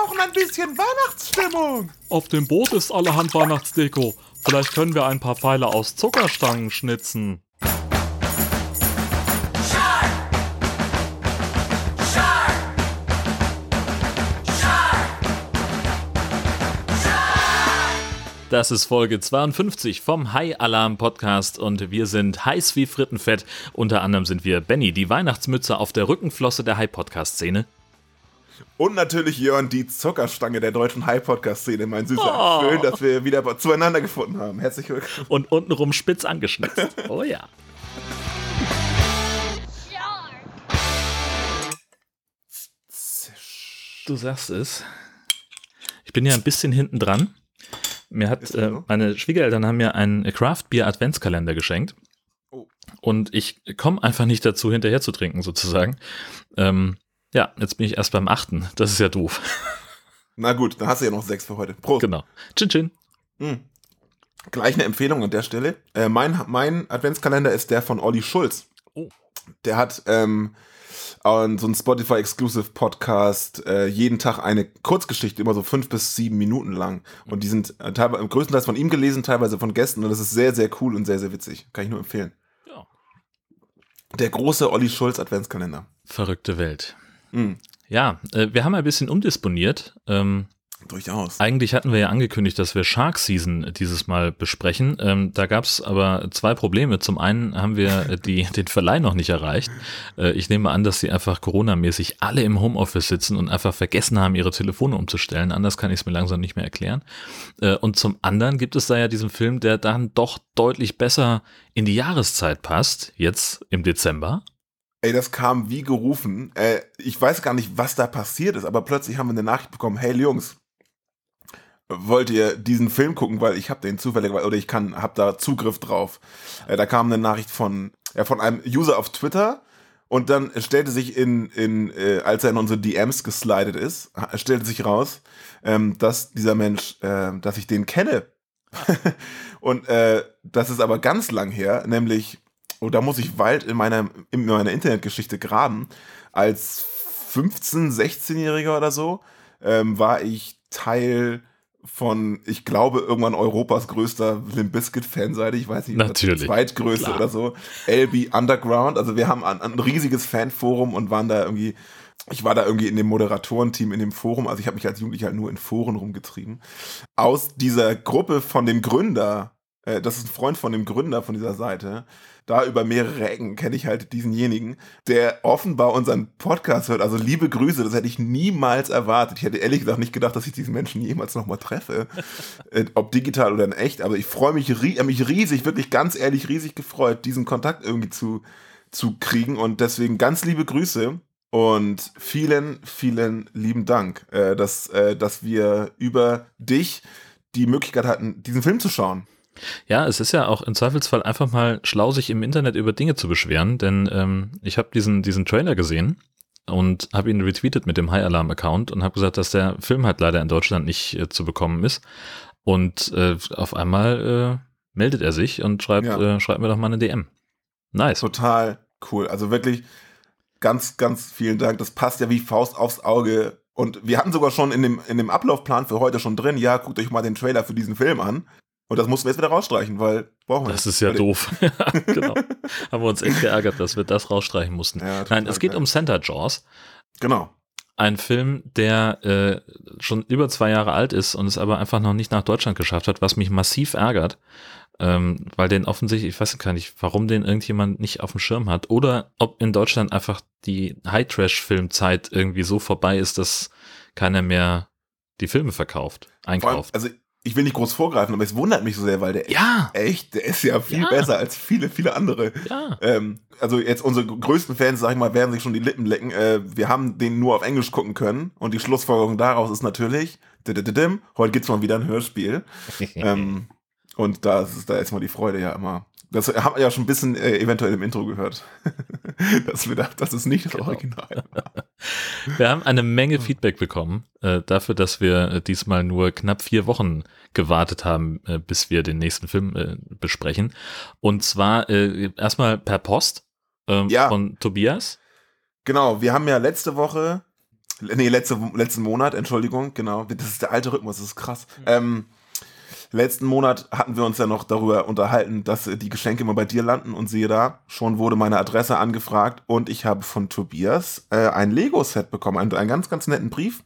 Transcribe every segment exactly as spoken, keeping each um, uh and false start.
brauchen ein bisschen Weihnachtsstimmung. Auf dem Boot ist allerhand Weihnachtsdeko. Vielleicht können wir ein paar Pfeile aus Zuckerstangen schnitzen. Das ist Folge zweiundfünfzig vom High Alarm Podcast und wir sind heiß wie Frittenfett. Unter anderem sind wir Benny, die Weihnachtsmütze auf der Rückenflosse der High Podcast Szene. Und natürlich Jörn, die Zuckerstange der deutschen High Podcast Szene, mein Süßer. Oh. Schön, dass wir wieder zueinander gefunden haben. Herzlich willkommen. Und untenrum spitz angeschnitzt. Oh ja. Du sagst es. Ich bin ja ein bisschen hinten dran. Mir hat äh, meine Schwiegereltern haben mir einen Craft Beer Adventskalender geschenkt. Oh. Und ich komme einfach nicht dazu, hinterher zu trinken, sozusagen. Ähm, ja, jetzt bin ich erst beim achten. Das ist ja doof. Na gut, dann hast du ja noch sechs für heute. Prost. Genau. Chin chin. Mhm. Gleich eine Empfehlung an der Stelle. Äh, mein, mein Adventskalender ist der von Olli Schulz. Oh. Der hat ähm, so einen Spotify-Exclusive-Podcast, äh, jeden Tag eine Kurzgeschichte, immer so fünf bis sieben Minuten lang. Und die sind äh, teilweise, größtenteils von ihm gelesen, teilweise von Gästen. Und das ist sehr, sehr cool und sehr, sehr witzig. Kann ich nur empfehlen. Ja. Der große Olli Schulz Adventskalender. Verrückte Welt. Mhm. Ja, äh, wir haben ein bisschen umdisponiert. Ähm, Durchaus. Eigentlich hatten wir ja angekündigt, dass wir Shark Season dieses Mal besprechen. Ähm, da gab es aber zwei Probleme. Zum einen haben wir die, den Verleih noch nicht erreicht. Äh, ich nehme an, dass sie einfach Corona-mäßig alle im Homeoffice sitzen und einfach vergessen haben, ihre Telefone umzustellen. Anders kann ich es mir langsam nicht mehr erklären. Äh, und zum anderen gibt es da ja diesen Film, der dann doch deutlich besser in die Jahreszeit passt, jetzt im Dezember. Ey, das kam wie gerufen. Äh, ich weiß gar nicht, was da passiert ist, aber plötzlich haben wir eine Nachricht bekommen, hey Jungs, wollt ihr diesen Film gucken, weil ich habe den zufällig, oder ich kann, habe da Zugriff drauf. Äh, da kam eine Nachricht von, ja, von einem User auf Twitter und dann stellte sich in, in äh, als er in unsere D Ms geslidet ist, stellte sich raus, ähm, dass dieser Mensch, äh, dass ich den kenne. Und äh, das ist aber ganz lang her, nämlich, oh, da muss ich weit in meiner, in meiner Internetgeschichte graben. Als fünfzehn-, sechzehnjähriger oder so ähm, war ich Teil von, ich glaube, irgendwann Europas größter Limp Bizkit-Fanseite, ich weiß nicht, natürlich, zweitgrößte klar. oder so, L B Underground, also wir haben ein, ein riesiges Fanforum und waren da irgendwie, ich war da irgendwie in dem Moderatorenteam in dem Forum, also ich habe mich als Jugendlicher halt nur in Foren rumgetrieben. Aus dieser Gruppe von dem Gründer, äh, das ist ein Freund von dem Gründer von dieser Seite, da über mehrere Ecken kenne ich halt diesenjenigen, der offenbar unseren Podcast hört. Also liebe Grüße, das hätte ich niemals erwartet. Ich hätte ehrlich gesagt nicht gedacht, dass ich diesen Menschen jemals nochmal treffe. äh, ob digital oder in echt. Aber ich freue mich, rie- mich riesig, wirklich ganz ehrlich riesig gefreut, diesen Kontakt irgendwie zu, zu kriegen. Und deswegen ganz liebe Grüße und vielen, vielen lieben Dank, äh, dass, äh, dass wir über dich die Möglichkeit hatten, diesen Film zu schauen. Ja, es ist ja auch im Zweifelsfall einfach mal schlau, sich im Internet über Dinge zu beschweren, denn ähm, ich habe diesen, diesen Trailer gesehen und habe ihn retweetet mit dem High Alarm Account und habe gesagt, dass der Film halt leider in Deutschland nicht äh, zu bekommen ist. Und äh, auf einmal äh, meldet er sich und schreibt, Ja. äh, schreibt mir doch mal eine D M. Nice. Total cool. Also wirklich ganz, ganz vielen Dank. Das passt ja wie Faust aufs Auge. Und wir hatten sogar schon in dem, in dem Ablaufplan für heute schon drin, ja, guckt euch mal den Trailer für diesen Film an. Und das mussten wir jetzt wieder rausstreichen, weil brauchen wir Das nicht. ist ja Weil- doof. Ja, genau. Haben wir uns echt geärgert, dass wir das rausstreichen mussten. Ja, total Nein, es geht geil. um Santa Jaws. Genau. Ein Film, der äh, schon über zwei Jahre alt ist und es aber einfach noch nicht nach Deutschland geschafft hat, was mich massiv ärgert, ähm, weil den offensichtlich, ich weiß gar nicht, warum den irgendjemand nicht auf dem Schirm hat oder ob in Deutschland einfach die High-Trash-Filmzeit irgendwie so vorbei ist, dass keiner mehr die Filme verkauft, Vor allem, einkauft. also ich will nicht groß vorgreifen, aber es wundert mich so sehr, weil der Ja, echt, der ist ja viel Ja. besser als viele, viele andere. ja. Ähm, also jetzt unsere größten Fans, sag ich mal, werden sich schon die Lippen lecken. Äh, wir haben den nur auf Englisch gucken können und die Schlussfolgerung daraus ist natürlich, didididim, heute gibt's mal wieder ein Hörspiel. ähm, und da ist, da ist mal die Freude ja immer. Das haben wir ja schon ein bisschen äh, eventuell im Intro gehört. dass wir da, das ist nicht das Genau. Original. Wir haben eine Menge Feedback bekommen äh, dafür, dass wir äh, diesmal nur knapp vier Wochen gewartet haben, äh, bis wir den nächsten Film äh, besprechen. Und zwar äh, erstmal per Post ähm, Ja. von Tobias. Genau, wir haben ja letzte Woche Nee, letzte, letzten Monat, Entschuldigung, genau. Das ist der alte Rhythmus, das ist krass. Mhm. Ähm, letzten Monat hatten wir uns ja noch darüber unterhalten, dass die Geschenke immer bei dir landen und siehe da, schon wurde meine Adresse angefragt und ich habe von Tobias äh, ein Lego-Set bekommen, einen, einen ganz, ganz netten Brief.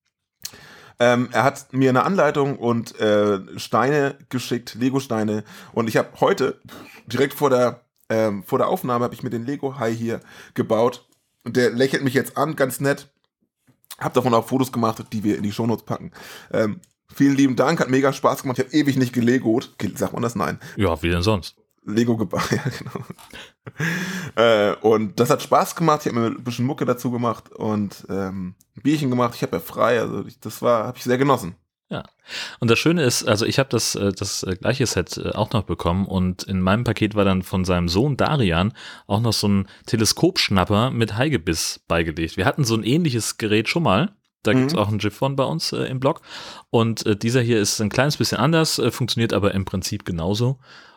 Ähm, er hat mir eine Anleitung und äh, Steine geschickt, Lego-Steine und ich habe heute, direkt vor der, ähm, vor der Aufnahme, habe ich mir den Lego-Hai hier gebaut und der lächelt mich jetzt an, ganz nett. Hab davon auch Fotos gemacht, die wir in die Shownotes packen. Ähm, vielen lieben Dank, hat mega Spaß gemacht. Ich habe ewig nicht gelegot. Sagt man das? Nein. Ja, wie denn sonst? Lego gebaut, ja genau. äh, und das hat Spaß gemacht. Ich habe mir ein bisschen Mucke dazu gemacht und ähm, ein Bierchen gemacht. Ich habe ja frei, also ich, das war, habe ich sehr genossen. Ja, und das Schöne ist, also ich habe das, das gleiche Set auch noch bekommen und in meinem Paket war dann von seinem Sohn Darian auch noch so ein Teleskopschnapper mit Haigebiss beigelegt. Wir hatten so ein ähnliches Gerät schon mal, da mhm. gibt es auch ein GIF von bei uns äh, im Blog und äh, dieser hier ist ein kleines bisschen anders, äh, funktioniert aber im Prinzip genauso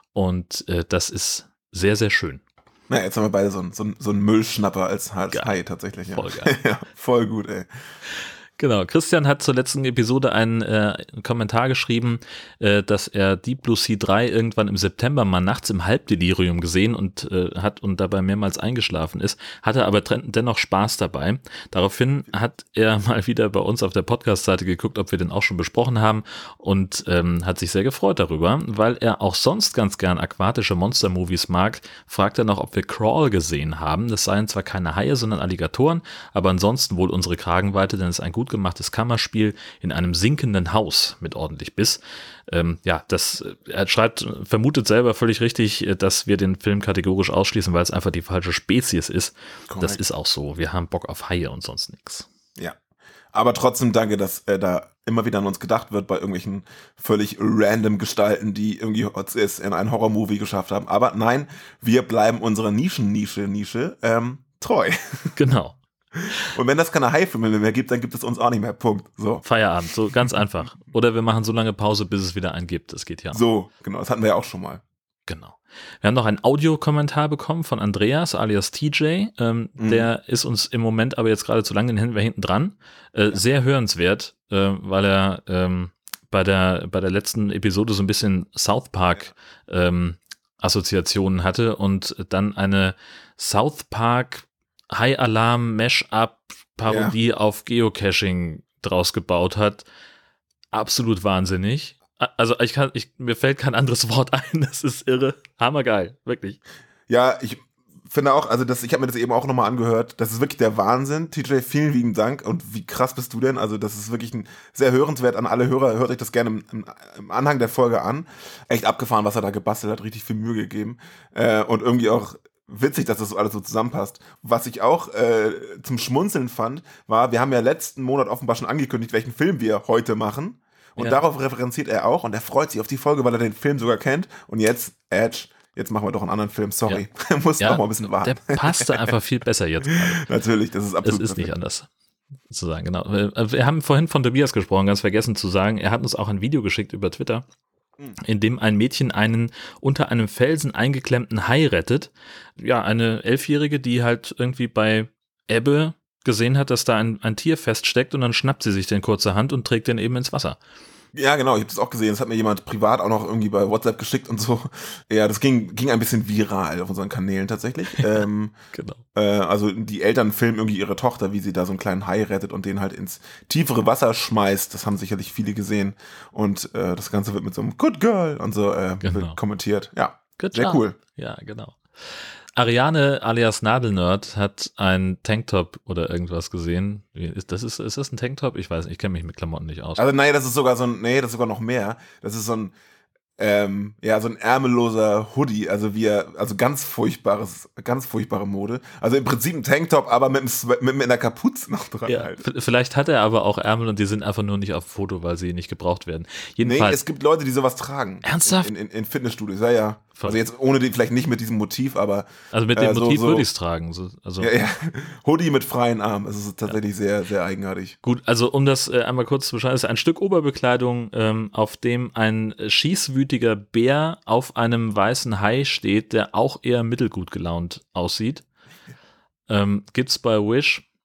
und äh, das ist sehr, sehr schön. Na, jetzt haben wir beide so einen so so ein Müllschnapper als, als Hai tatsächlich. Ja. Voll geil. Ja, voll gut, ey. Genau, Christian hat zur letzten Episode einen, äh, einen Kommentar geschrieben, äh, dass er Deep Blue Sea drei irgendwann im September mal nachts im Halbdelirium gesehen und äh, hat und dabei mehrmals eingeschlafen ist, hatte aber dennoch Spaß dabei. Daraufhin hat er mal wieder bei uns auf der Podcast-Seite geguckt, ob wir den auch schon besprochen haben und ähm, hat sich sehr gefreut darüber, weil er auch sonst ganz gern aquatische Monster-Movies mag, fragt er noch, ob wir Crawl gesehen haben. Das seien zwar keine Haie, sondern Alligatoren, aber ansonsten wohl unsere Kragenweite, denn es ist ein gut gemachtes Kammerspiel in einem sinkenden Haus mit ordentlich Biss. Ähm, ja, das, er schreibt, vermutet selber völlig richtig, dass wir den Film kategorisch ausschließen, weil es einfach die falsche Spezies ist. Korrekt. Das ist auch so. Wir haben Bock auf Haie und sonst nichts. Ja, aber trotzdem danke, dass äh, da immer wieder an uns gedacht wird bei irgendwelchen völlig random Gestalten, die irgendwie es in einen Horror-Movie geschafft haben. Aber nein, wir bleiben unserer Nischen-Nische, Nische, ähm, treu. Genau. Und wenn das keine Hai-Filme mehr gibt, dann gibt es uns auch nicht mehr. Punkt. So. Feierabend, so ganz einfach. Oder wir machen so lange Pause, bis es wieder einen gibt. Das geht ja auch. So, genau, das hatten wir ja auch schon mal. Genau. Wir haben noch einen Audiokommentar bekommen von Andreas alias T J. Ähm, mhm. Der ist uns im Moment aber jetzt gerade zu lange, den händen wir hinten dran. Äh, ja. Sehr hörenswert, äh, weil er ähm, bei der bei der letzten Episode so ein bisschen South Park ähm, Assoziationen hatte und dann eine South Park High Alarm Mash-up Parodie ja. auf Geocaching draus gebaut hat. Absolut wahnsinnig. Also ich kann, ich, mir fällt kein anderes Wort ein. Das ist irre. Hammergeil. Wirklich. Ja, ich finde auch, also das, ich habe mir das eben auch nochmal angehört. Das ist wirklich der Wahnsinn. T J, vielen lieben Dank. Und wie krass bist du denn? Also das ist wirklich ein sehr hörenswert an alle Hörer. Hört euch das gerne im, im, im Anhang der Folge an. Echt abgefahren, was er da gebastelt hat. Richtig viel Mühe gegeben. Äh, und irgendwie auch witzig, dass das so alles so zusammenpasst. Was ich auch äh, zum Schmunzeln fand, war, wir haben ja letzten Monat offenbar schon angekündigt, welchen Film wir heute machen. Und ja. darauf referenziert er auch und er freut sich auf die Folge, weil er den Film sogar kennt. Und jetzt, Edge, jetzt machen wir doch einen anderen Film. Sorry, ja. muss ja, noch mal ein bisschen warten. Der passte einfach viel besser jetzt. Natürlich, das ist absolut Es ist perfekt. Nicht anders zu sagen, genau. Wir haben vorhin von Tobias gesprochen, ganz vergessen zu sagen, er hat uns auch ein Video geschickt über Twitter, in dem ein Mädchen einen unter einem Felsen eingeklemmten Hai rettet. Ja, eine Elfjährige, die halt irgendwie bei Ebbe gesehen hat, dass da ein, ein Tier feststeckt und dann schnappt sie sich den kurzerhand und trägt den eben ins Wasser. Ja, genau, ich habe das auch gesehen. Das hat mir jemand privat auch noch irgendwie bei WhatsApp geschickt und so. Ja, das ging, ging ein bisschen viral auf unseren Kanälen tatsächlich. ähm, genau. Äh, also die Eltern filmen irgendwie ihre Tochter, wie sie da so einen kleinen Hai rettet und den halt ins tiefere Wasser schmeißt. Das haben sicherlich viele gesehen. Und äh, das Ganze wird mit so einem Good Girl und so äh, genau. kommentiert. Ja, Good sehr job. Cool. Ja, genau. Ariane alias Nadelnerd hat einen Tanktop oder irgendwas gesehen. Ist das, ist, ist das ein Tanktop? Ich weiß nicht, ich kenne mich mit Klamotten nicht aus. Also nee, das ist sogar so ein, nee, das ist sogar noch mehr. Das ist so ein, ähm, ja, so ein ärmelloser Hoodie, also wie er, also ganz furchtbares, ganz furchtbare Mode. Also im Prinzip ein Tanktop, aber mit, mit, mit einer Kapuze noch dran ja, halt. Vielleicht hat er aber auch Ärmel und die sind einfach nur nicht auf Foto, weil sie nicht gebraucht werden. Jedenfalls. Nee, es gibt Leute, die sowas tragen. Ernsthaft? In, in, in Fitnessstudios, ja, ja. Voll. Also jetzt ohne die, vielleicht nicht mit diesem Motiv, aber. Also mit dem äh, so, Motiv so, würde ich es tragen. So, also. Ja, ja. Hoodie mit freien Armen. Das ist tatsächlich ja. sehr, sehr eigenartig. Gut, also um das äh, einmal kurz zu beschreiben, ist ein Stück Oberbekleidung, ähm, auf dem ein schießwütiger Bär auf einem weißen Hai steht, der auch eher mittelgut gelaunt aussieht. Ähm, gibt's bei Wish.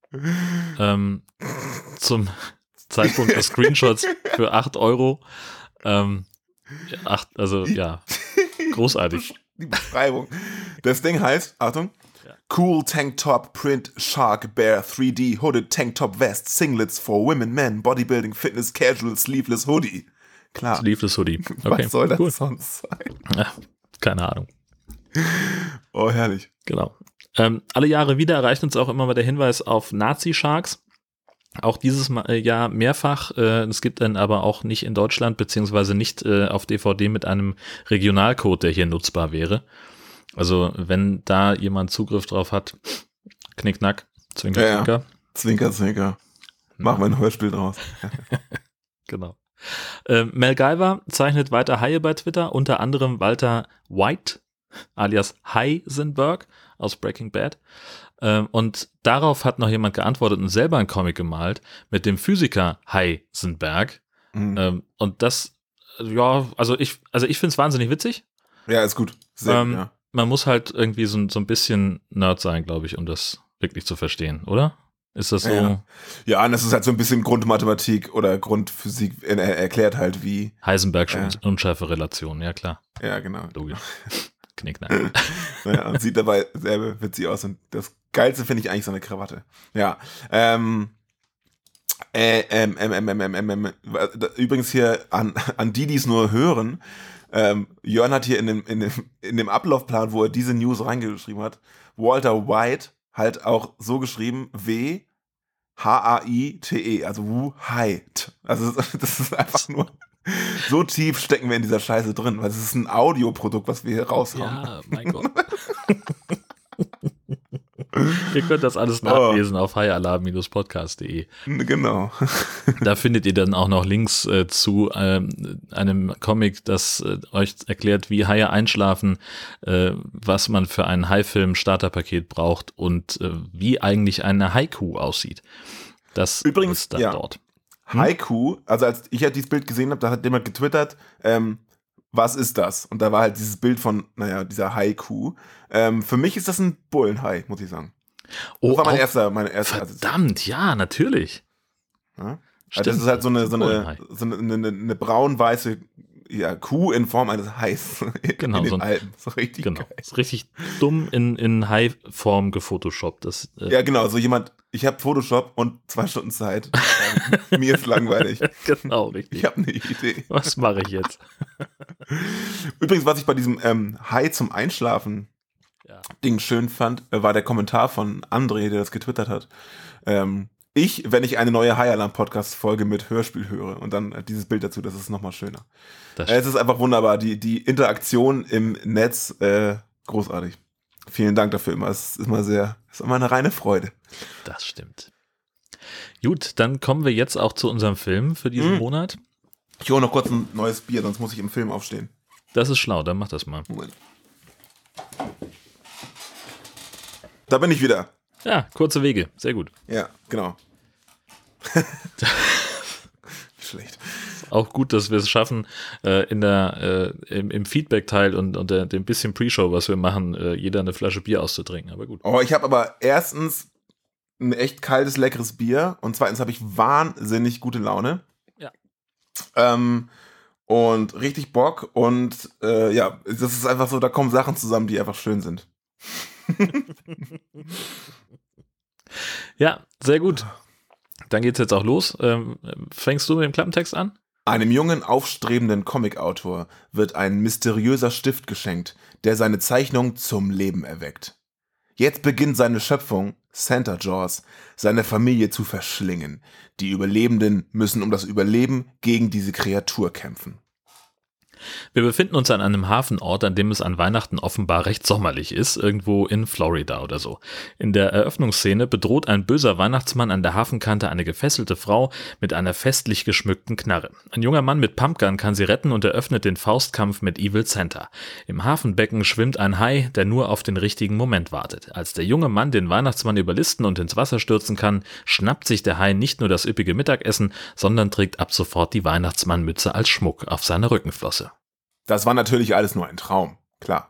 ähm, zum Zeitpunkt des Screenshots für acht Euro. Ähm, acht, also ja, großartig. Die Beschreibung. Das Ding heißt, Achtung, ja. Cool Tank Top Print Shark Bear drei D Hooded Tank Top Vest Singlets for Women, Men, Bodybuilding, Fitness, Casual, Sleeveless Hoodie. Klar. Sleeveless Hoodie. Okay, was soll das cool. sonst sein? Ja, keine Ahnung. Oh, herrlich. Genau. Ähm, alle Jahre wieder erreicht uns auch immer mal der Hinweis auf Nazi-Sharks. Auch dieses Jahr mehrfach. Äh, es gibt dann aber auch nicht in Deutschland, beziehungsweise nicht äh, auf D V D mit einem Regionalcode, der hier nutzbar wäre. Also wenn da jemand Zugriff drauf hat, knickknack, zwinker, ja, zwinker. Ja. Zwinker, zwinker. Machen wir ein Hörspiel draus. Genau. Äh, Mel Guyver zeichnet weiter Haie bei Twitter, unter anderem Walter White, alias Heisenberg aus Breaking Bad. Ähm, und darauf hat noch jemand geantwortet und selber einen Comic gemalt mit dem Physiker Heisenberg. Mhm. Ähm, und das, ja, also ich, also ich finde es wahnsinnig witzig. Ja, ist gut. Sehr ähm, gut, ja. Man muss halt irgendwie so, so ein bisschen Nerd sein, glaube ich, um das wirklich zu verstehen, oder? Ist das so? Ja, ja, und das ist halt so ein bisschen Grundmathematik oder Grundphysik. Er erklärt halt, wie Heisenberg äh, unschärfe Relation, ja klar. Ja, genau. Logisch. Knicknack. Ja, und sieht dabei sehr witzig aus. Und das Geilste finde ich eigentlich so eine Krawatte. Ja. Ähm, äh, ähm, ähm, ähm, ähm, ähm, ähm, übrigens hier an, an die, die es nur hören, ähm, Jörn hat hier in dem, in, dem, in dem Ablaufplan, wo er diese News reingeschrieben hat, Walter White halt auch so geschrieben, W H A I T E, also Wu Heit. Also das ist einfach nur, so tief stecken wir in dieser Scheiße drin, weil es ist ein Audioprodukt, was wir hier raushauen. Ja, mein Gott. Ihr könnt das alles nachlesen oh. auf highalarm Bindestrich podcast punkt de. Genau. Da findet ihr dann auch noch Links äh, zu ähm, einem Comic, das äh, euch erklärt, wie Haie einschlafen, äh, was man für ein Haifilm-Starterpaket braucht und äh, wie eigentlich eine Haiku aussieht. Das Übrigens, ist dann ja. dort. Hm? Haiku, also als ich halt dieses Bild gesehen habe, da hat jemand getwittert, ähm, was ist das? Und da war halt dieses Bild von, naja, dieser Haiku. Ähm, für mich ist das ein Bullenhai, muss ich sagen. Oh, das war mein erster, meine erste. Verdammt, ja, natürlich. Ja? Also das ist halt so eine, so eine, so eine, eine, eine braun-weiße ja, Kuh in Form eines Hais. Genau, in den so ein, Alpen. So richtig genau. geil. Ist richtig dumm in, in Hai-Form gefotoshoppt. Das, äh ja, genau, so jemand, ich habe Photoshop und zwei Stunden Zeit. ähm, mir ist langweilig. Genau, richtig. Ich habe eine Idee. Was mache ich jetzt? Übrigens, was ich bei diesem ähm, Hai zum Einschlafen ja. Ding schön fand, äh, war der Kommentar von André, der das getwittert hat. Ähm, ich, wenn ich eine neue High-Alarm-Podcast-Folge mit Hörspiel höre und dann äh, dieses Bild dazu, das ist nochmal schöner. Äh, es ist einfach wunderbar, die, die Interaktion im Netz, äh, großartig. Vielen Dank dafür immer, es ist immer sehr, es ist immer eine reine Freude. Das stimmt. Gut, dann kommen wir jetzt auch zu unserem Film für diesen mhm. Monat. Ich hole noch kurz ein neues Bier, sonst muss ich im Film aufstehen. Das ist schlau, dann mach das mal. Moment. Da bin ich wieder. Ja, kurze Wege, sehr gut. Ja, genau. Schlecht. Auch gut, dass wir es schaffen, äh, in der, äh, im, im Feedback-Teil und, und der, dem bisschen Pre-Show, was wir machen, äh, jeder eine Flasche Bier auszutrinken, aber gut. Oh, ich habe aber erstens ein echt kaltes, leckeres Bier und zweitens habe ich wahnsinnig gute Laune. Ja. Ähm, und richtig Bock und äh, ja, das ist einfach so, da kommen Sachen zusammen, die einfach schön sind. Ja, sehr gut. Dann geht's jetzt auch los. Ähm, fängst du mit dem Klappentext an? Einem jungen, aufstrebenden Comicautor wird ein mysteriöser Stift geschenkt, der seine Zeichnung zum Leben erweckt. Jetzt beginnt seine Schöpfung, Santa Jaws, seine Familie zu verschlingen. Die Überlebenden müssen um das Überleben gegen diese Kreatur kämpfen. Wir befinden uns an einem Hafenort, an dem es an Weihnachten offenbar recht sommerlich ist, irgendwo in Florida oder so. In der Eröffnungsszene bedroht ein böser Weihnachtsmann an der Hafenkante eine gefesselte Frau mit einer festlich geschmückten Knarre. Ein junger Mann mit Pumpgun kann sie retten und eröffnet den Faustkampf mit Evil Santa. Im Hafenbecken schwimmt ein Hai, der nur auf den richtigen Moment wartet. Als der junge Mann den Weihnachtsmann überlisten und ins Wasser stürzen kann, schnappt sich der Hai nicht nur das üppige Mittagessen, sondern trägt ab sofort die Weihnachtsmannmütze als Schmuck auf seiner Rückenflosse. Das war natürlich alles nur ein Traum, klar.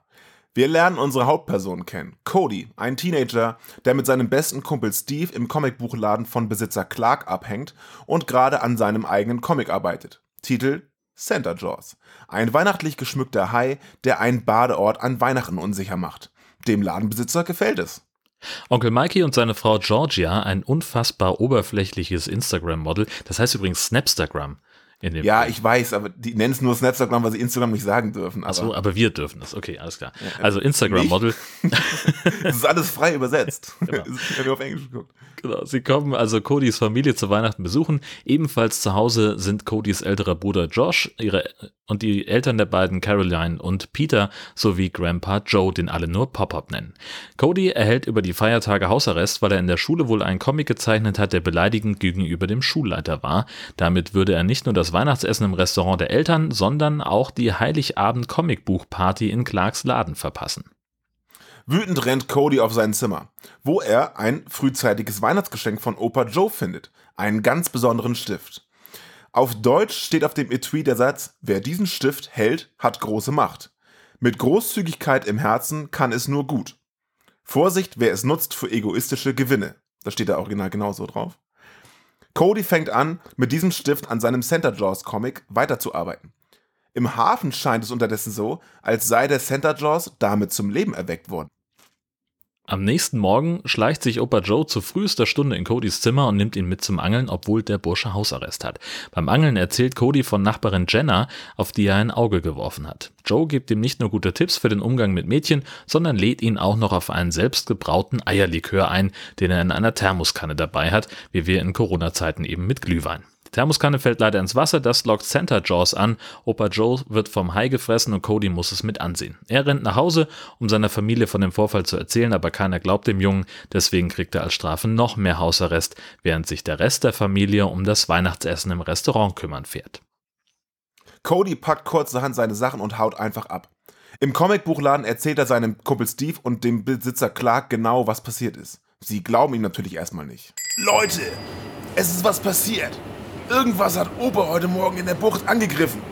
Wir lernen unsere Hauptperson kennen, Cody, ein Teenager, der mit seinem besten Kumpel Steve im Comicbuchladen von Besitzer Clark abhängt und gerade an seinem eigenen Comic arbeitet. Titel Santa Jaws, ein weihnachtlich geschmückter Hai, der einen Badeort an Weihnachten unsicher macht. Dem Ladenbesitzer gefällt es. Onkel Mikey und seine Frau Georgia, ein unfassbar oberflächliches Instagram-Model, das heißt übrigens Snapstagram. In dem ja, Film. Ich weiß, aber die nennen es nur Snapstagram, weil sie Instagram nicht sagen dürfen. Aber Achso, aber wir dürfen es. Okay, alles klar. Also Instagram-Model. Das ist alles frei übersetzt. Genau. Ich habe auf Englisch geguckt. Genau, sie kommen also Codys Familie zu Weihnachten besuchen. Ebenfalls zu Hause sind Codys älterer Bruder Josh ihre, und die Eltern der beiden Caroline und Peter sowie Grandpa Joe, den alle nur Pop-Up nennen. Cody erhält über die Feiertage Hausarrest, weil er in der Schule wohl einen Comic gezeichnet hat, der beleidigend gegenüber dem Schulleiter war. Damit würde er nicht nur das Weihnachtsessen im Restaurant der Eltern, sondern auch die Heiligabend-Comicbuch-Party in Clarks Laden verpassen. Wütend rennt Cody auf sein Zimmer, wo er ein frühzeitiges Weihnachtsgeschenk von Opa Joe findet, einen ganz besonderen Stift. Auf Deutsch steht auf dem Etui der Satz, wer diesen Stift hält, hat große Macht. Mit Großzügigkeit im Herzen kann es nur gut. Vorsicht, wer es nutzt für egoistische Gewinne. Das steht da original genauso drauf. Cody fängt an, mit diesem Stift an seinem Santa Jaws Comic weiterzuarbeiten. Im Hafen scheint es unterdessen so, als sei der Santa Jaws damit zum Leben erweckt worden. Am nächsten Morgen schleicht sich Opa Joe zu frühester Stunde in Codys Zimmer und nimmt ihn mit zum Angeln, obwohl der Bursche Hausarrest hat. Beim Angeln erzählt Cody von Nachbarin Jenna, auf die er ein Auge geworfen hat. Joe gibt ihm nicht nur gute Tipps für den Umgang mit Mädchen, sondern lädt ihn auch noch auf einen selbstgebrauten Eierlikör ein, den er in einer Thermoskanne dabei hat, wie wir in Corona-Zeiten eben mit Glühwein. Die Thermoskanne fällt leider ins Wasser, das lockt Santa Jaws an. Opa Joe wird vom Hai gefressen und Cody muss es mit ansehen. Er rennt nach Hause, um seiner Familie von dem Vorfall zu erzählen, aber keiner glaubt dem Jungen, deswegen kriegt er als Strafe noch mehr Hausarrest, während sich der Rest der Familie um das Weihnachtsessen im Restaurant kümmern fährt. Cody packt kurzerhand seine Sachen und haut einfach ab. Im Comicbuchladen erzählt er seinem Kumpel Steve und dem Besitzer Clark genau, was passiert ist. Sie glauben ihm natürlich erstmal nicht. Leute, es ist was passiert. Irgendwas hat Opa heute Morgen in der Bucht angegriffen.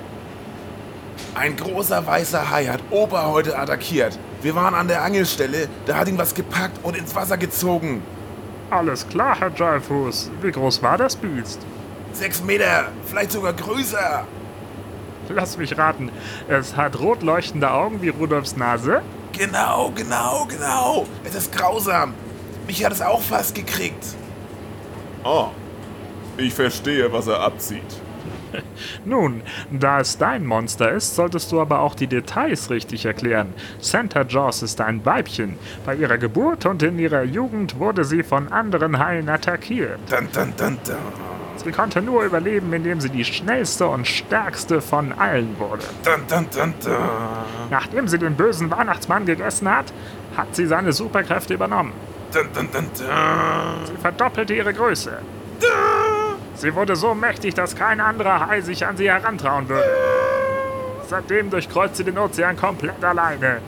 Ein großer weißer Hai hat Opa heute attackiert. Wir waren an der Angelstelle, da hat ihn was gepackt und ins Wasser gezogen. Alles klar, Herr Dreyfus. Wie groß war das Biest? Sechs Meter, vielleicht sogar größer. Lass mich raten, es hat rot leuchtende Augen wie Rudolfs Nase? Genau, genau, genau. Es ist grausam. Mich hat es auch fast gekriegt. Oh. Ich verstehe, was er abzieht. Nun, da es dein Monster ist, solltest du aber auch die Details richtig erklären. Santa Jaws ist ein Weibchen. Bei ihrer Geburt und in ihrer Jugend wurde sie von anderen Haien attackiert. Dun, dun, dun, dun. Sie konnte nur überleben, indem sie die schnellste und stärkste von allen wurde. Dun, dun, dun, dun. Nachdem sie den bösen Weihnachtsmann gegessen hat, hat sie seine Superkräfte übernommen. Dun, dun, dun, dun. Sie verdoppelte ihre Größe. Dun. Sie wurde so mächtig, dass kein anderer Hai sich an sie herantrauen würde. Seitdem durchkreuzt sie den Ozean komplett alleine.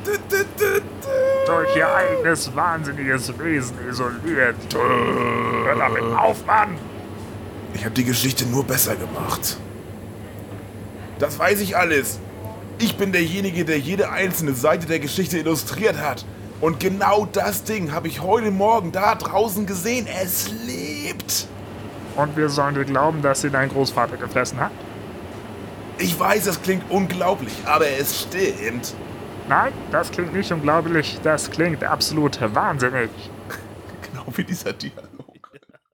Durch ihr eigenes wahnsinniges Wesen isoliert. Hör damit auf, Mann! Ich habe die Geschichte nur besser gemacht. Das weiß ich alles. Ich bin derjenige, der jede einzelne Seite der Geschichte illustriert hat. Und genau das Ding habe ich heute Morgen da draußen gesehen. Es lebt. Und wir sollen dir glauben, dass sie dein Großvater gefressen hat? Ich weiß, das klingt unglaublich, aber es stimmt. Nein, das klingt nicht unglaublich. Das klingt absolut wahnsinnig. Genau wie dieser Dialog.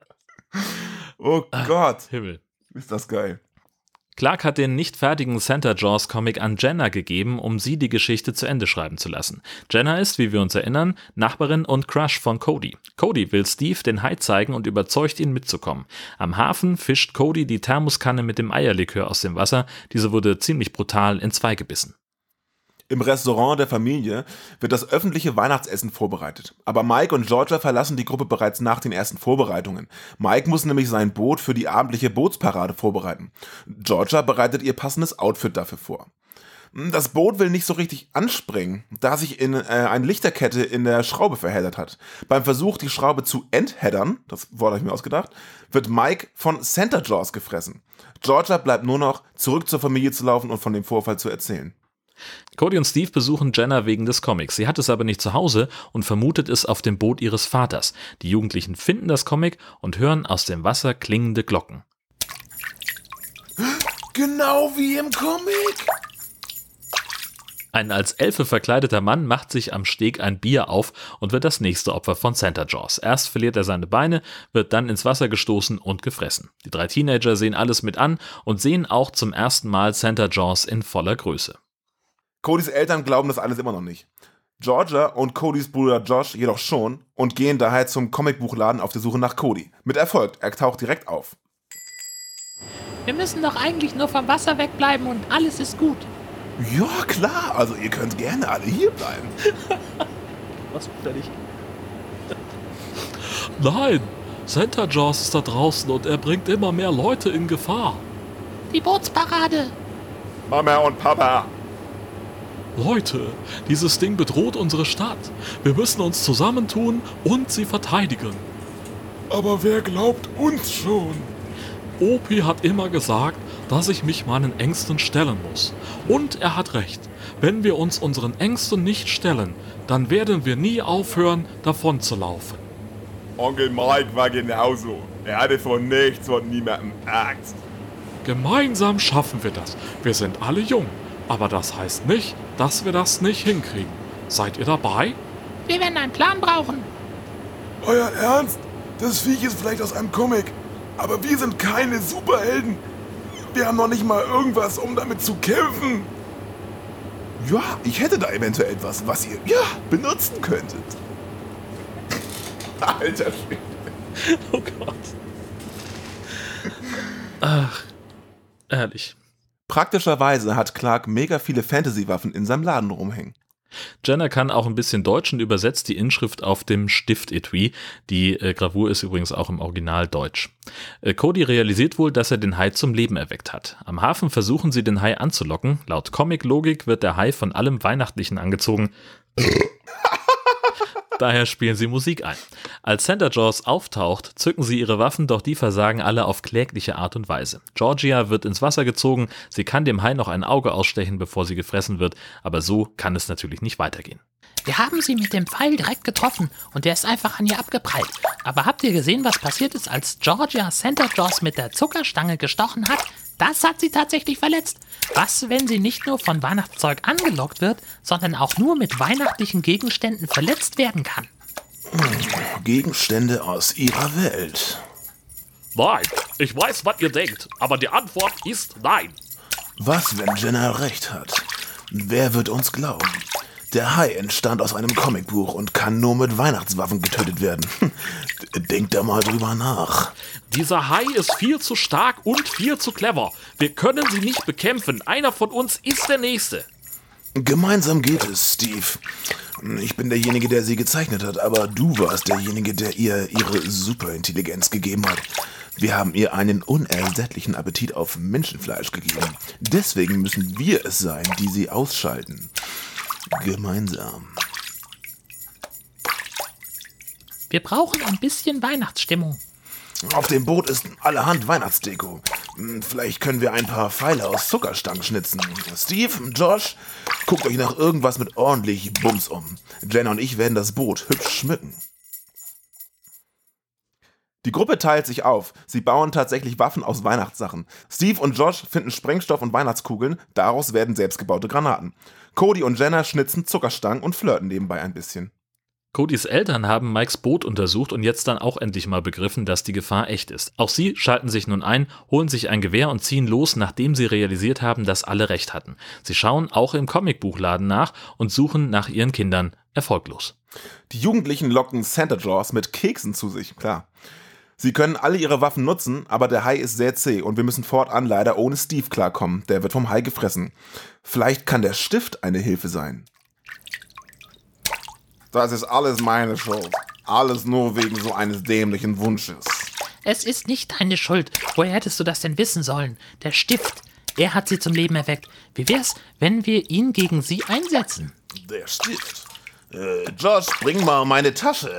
Oh Gott. Ach, Himmel. Ist das geil. Clark hat den nicht fertigen Santa Jaws Comic an Jenna gegeben, um sie die Geschichte zu Ende schreiben zu lassen. Jenna ist, wie wir uns erinnern, Nachbarin und Crush von Cody. Cody will Steve den Hai zeigen und überzeugt ihn mitzukommen. Am Hafen fischt Cody die Thermoskanne mit dem Eierlikör aus dem Wasser. Diese wurde ziemlich brutal in zwei gebissen. Im Restaurant der Familie wird das öffentliche Weihnachtsessen vorbereitet. Aber Mike und Georgia verlassen die Gruppe bereits nach den ersten Vorbereitungen. Mike muss nämlich sein Boot für die abendliche Bootsparade vorbereiten. Georgia bereitet ihr passendes Outfit dafür vor. Das Boot will nicht so richtig anspringen, da sich in, äh, eine Lichterkette in der Schraube verheddert hat. Beim Versuch, die Schraube zu entheddern, das Wort habe ich mir ausgedacht, wird Mike von Santa Jaws gefressen. Georgia bleibt nur noch, zurück zur Familie zu laufen und von dem Vorfall zu erzählen. Cody und Steve besuchen Jenna wegen des Comics. Sie hat es aber nicht zu Hause und vermutet es auf dem Boot ihres Vaters. Die Jugendlichen finden das Comic und hören aus dem Wasser klingende Glocken. Genau wie im Comic. Ein als Elfe verkleideter Mann macht sich am Steg ein Bier auf und wird das nächste Opfer von Santa Jaws. Erst verliert er seine Beine, wird dann ins Wasser gestoßen und gefressen. Die drei Teenager sehen alles mit an und sehen auch zum ersten Mal Santa Jaws in voller Größe. Codys Eltern glauben das alles immer noch nicht. Georgia und Codys Bruder Josh jedoch schon und gehen daher zum Comicbuchladen auf der Suche nach Cody. Mit Erfolg, er taucht direkt auf. Wir müssen doch eigentlich nur vom Wasser wegbleiben und alles ist gut. Ja, klar, also ihr könnt gerne alle hier bleiben. Was fertig? Nein, Santa Jaws ist da draußen und er bringt immer mehr Leute in Gefahr. Die Bootsparade. Mama und Papa. Leute, dieses Ding bedroht unsere Stadt. Wir müssen uns zusammentun und sie verteidigen. Aber wer glaubt uns schon? Opi hat immer gesagt, dass ich mich meinen Ängsten stellen muss. Und er hat recht. Wenn wir uns unseren Ängsten nicht stellen, dann werden wir nie aufhören, davon zu laufen. Onkel Mike war genauso. Er hatte vor nichts und niemandem Angst. Gemeinsam schaffen wir das. Wir sind alle jung. Aber das heißt nicht, dass wir das nicht hinkriegen. Seid ihr dabei? Wir werden einen Plan brauchen. Euer Ernst? Das Viech ist vielleicht aus einem Comic. Aber wir sind keine Superhelden. Wir haben noch nicht mal irgendwas, um damit zu kämpfen. Ja, ich hätte da eventuell etwas, was ihr, ja, benutzen könntet. Alter Schwede. Oh Gott. Ach, ehrlich. Praktischerweise hat Clark mega viele Fantasy-Waffen in seinem Laden rumhängen. Jenna kann auch ein bisschen Deutsch und übersetzt die Inschrift auf dem Stiftetui. Die äh, Gravur ist übrigens auch im Original deutsch. Äh, Cody realisiert wohl, dass er den Hai zum Leben erweckt hat. Am Hafen versuchen sie, den Hai anzulocken. Laut Comic-Logik wird der Hai von allem Weihnachtlichen angezogen. Daher spielen sie Musik ein. Als Santa Jaws auftaucht, zücken sie ihre Waffen, doch die versagen alle auf klägliche Art und Weise. Georgia wird ins Wasser gezogen, sie kann dem Hai noch ein Auge ausstechen, bevor sie gefressen wird, aber so kann es natürlich nicht weitergehen. Wir haben sie mit dem Pfeil direkt getroffen und der ist einfach an ihr abgeprallt. Aber habt ihr gesehen, was passiert ist, als Georgia Santa Jaws mit der Zuckerstange gestochen hat? Das hat sie tatsächlich verletzt. Was, wenn sie nicht nur von Weihnachtszeug angelockt wird, sondern auch nur mit weihnachtlichen Gegenständen verletzt werden kann? Gegenstände aus ihrer Welt. Nein, ich weiß, was ihr denkt, aber die Antwort ist nein. Was, wenn Jenna recht hat? Wer wird uns glauben? Der Hai entstand aus einem Comicbuch und kann nur mit Weihnachtswaffen getötet werden. Denkt da mal drüber nach. Dieser Hai ist viel zu stark und viel zu clever. Wir können sie nicht bekämpfen. Einer von uns ist der Nächste. Gemeinsam geht es, Steve. Ich bin derjenige, der sie gezeichnet hat, aber du warst derjenige, der ihr ihre Superintelligenz gegeben hat. Wir haben ihr einen unersättlichen Appetit auf Menschenfleisch gegeben. Deswegen müssen wir es sein, die sie ausschalten. Gemeinsam. Wir brauchen ein bisschen Weihnachtsstimmung. Auf dem Boot ist allerhand Weihnachtsdeko. Vielleicht können wir ein paar Pfeile aus Zuckerstangen schnitzen. Steve, Josh, guckt euch nach irgendwas mit ordentlich Bums um. Jenna und ich werden das Boot hübsch schmücken. Die Gruppe teilt sich auf. Sie bauen tatsächlich Waffen aus Weihnachtssachen. Steve und Josh finden Sprengstoff und Weihnachtskugeln. Daraus werden selbstgebaute Granaten. Cody und Jenna schnitzen Zuckerstangen und flirten nebenbei ein bisschen. Codys Eltern haben Mikes Boot untersucht und jetzt dann auch endlich mal begriffen, dass die Gefahr echt ist. Auch sie schalten sich nun ein, holen sich ein Gewehr und ziehen los, nachdem sie realisiert haben, dass alle recht hatten. Sie schauen auch im Comicbuchladen nach und suchen nach ihren Kindern. Erfolglos. Die Jugendlichen locken Santa Jaws mit Keksen zu sich, klar. Sie können alle ihre Waffen nutzen, aber der Hai ist sehr zäh und wir müssen fortan leider ohne Steve klarkommen. Der wird vom Hai gefressen. Vielleicht kann der Stift eine Hilfe sein. Das ist alles meine Schuld. Alles nur wegen so eines dämlichen Wunsches. Es ist nicht deine Schuld. Woher hättest du das denn wissen sollen? Der Stift, er hat sie zum Leben erweckt. Wie wär's, wenn wir ihn gegen sie einsetzen? Der Stift? Äh, Josh, bring mal meine Tasche.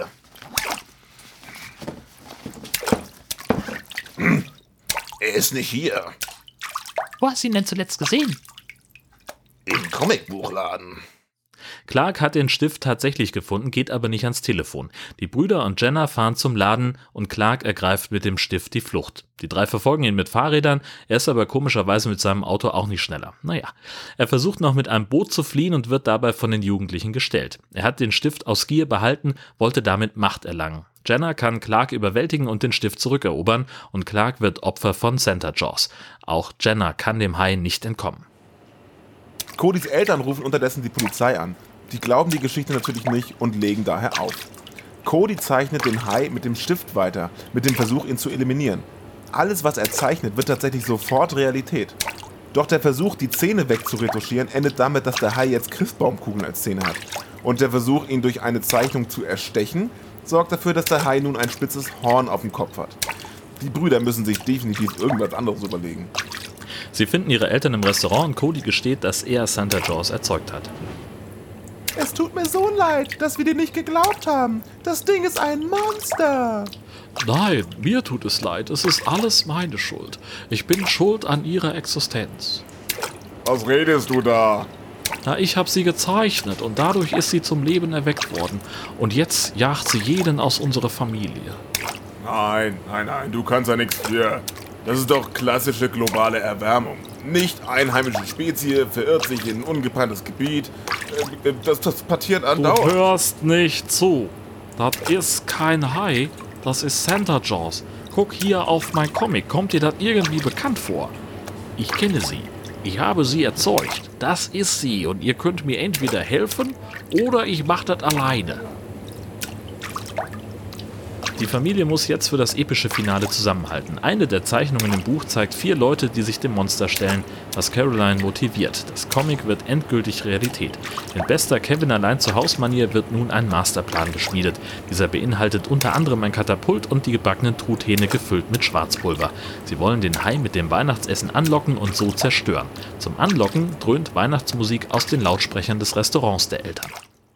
Hm. Er ist nicht hier. Wo hast du ihn denn zuletzt gesehen? Im Comicbuchladen. Clark hat den Stift tatsächlich gefunden, geht aber nicht ans Telefon. Die Brüder und Jenna fahren zum Laden und Clark ergreift mit dem Stift die Flucht. Die drei verfolgen ihn mit Fahrrädern, er ist aber komischerweise mit seinem Auto auch nicht schneller. Naja, er versucht noch mit einem Boot zu fliehen und wird dabei von den Jugendlichen gestellt. Er hat den Stift aus Gier behalten, wollte damit Macht erlangen. Jenna kann Clark überwältigen und den Stift zurückerobern und Clark wird Opfer von Santa Jaws. Auch Jenna kann dem Hai nicht entkommen. Codys Eltern rufen unterdessen die Polizei an. Die glauben die Geschichte natürlich nicht und legen daher auf. Cody zeichnet den Hai mit dem Stift weiter, mit dem Versuch, ihn zu eliminieren. Alles, was er zeichnet, wird tatsächlich sofort Realität. Doch der Versuch, die Zähne wegzuretuschieren, endet damit, dass der Hai jetzt Christbaumkugeln als Zähne hat. Und der Versuch, ihn durch eine Zeichnung zu erstechen, sorgt dafür, dass der Hai nun ein spitzes Horn auf dem Kopf hat. Die Brüder müssen sich definitiv irgendwas anderes überlegen. Sie finden ihre Eltern im Restaurant und Cody gesteht, dass er Santa Jaws erzeugt hat. Es tut mir so leid, dass wir dir nicht geglaubt haben. Das Ding ist ein Monster. Nein, mir tut es leid. Es ist alles meine Schuld. Ich bin schuld an ihrer Existenz. Was redest du da? Na, ich habe sie gezeichnet und dadurch ist sie zum Leben erweckt worden. Und jetzt jagt sie jeden aus unserer Familie. Nein, nein, nein, du kannst ja nichts für. Das ist doch klassische globale Erwärmung. Nicht einheimische Spezie verirrt sich in ein ungeplantes Gebiet. Das, das passiert andauernd. Du hörst nicht zu. Das ist kein Hai, das ist Santa Jaws. Guck hier auf mein Comic. Kommt dir das irgendwie bekannt vor? Ich kenne sie. Ich habe sie erzeugt. Das ist sie und ihr könnt mir entweder helfen oder ich mache das alleine. Die Familie muss jetzt für das epische Finale zusammenhalten. Eine der Zeichnungen im Buch zeigt vier Leute, die sich dem Monster stellen, was Caroline motiviert. Das Comic wird endgültig Realität. In bester Kevin-allein-zu-Haus-Manier wird nun ein Masterplan geschmiedet. Dieser beinhaltet unter anderem ein Katapult und die gebackenen Truthähne gefüllt mit Schwarzpulver. Sie wollen den Hai mit dem Weihnachtsessen anlocken und so zerstören. Zum Anlocken dröhnt Weihnachtsmusik aus den Lautsprechern des Restaurants der Eltern.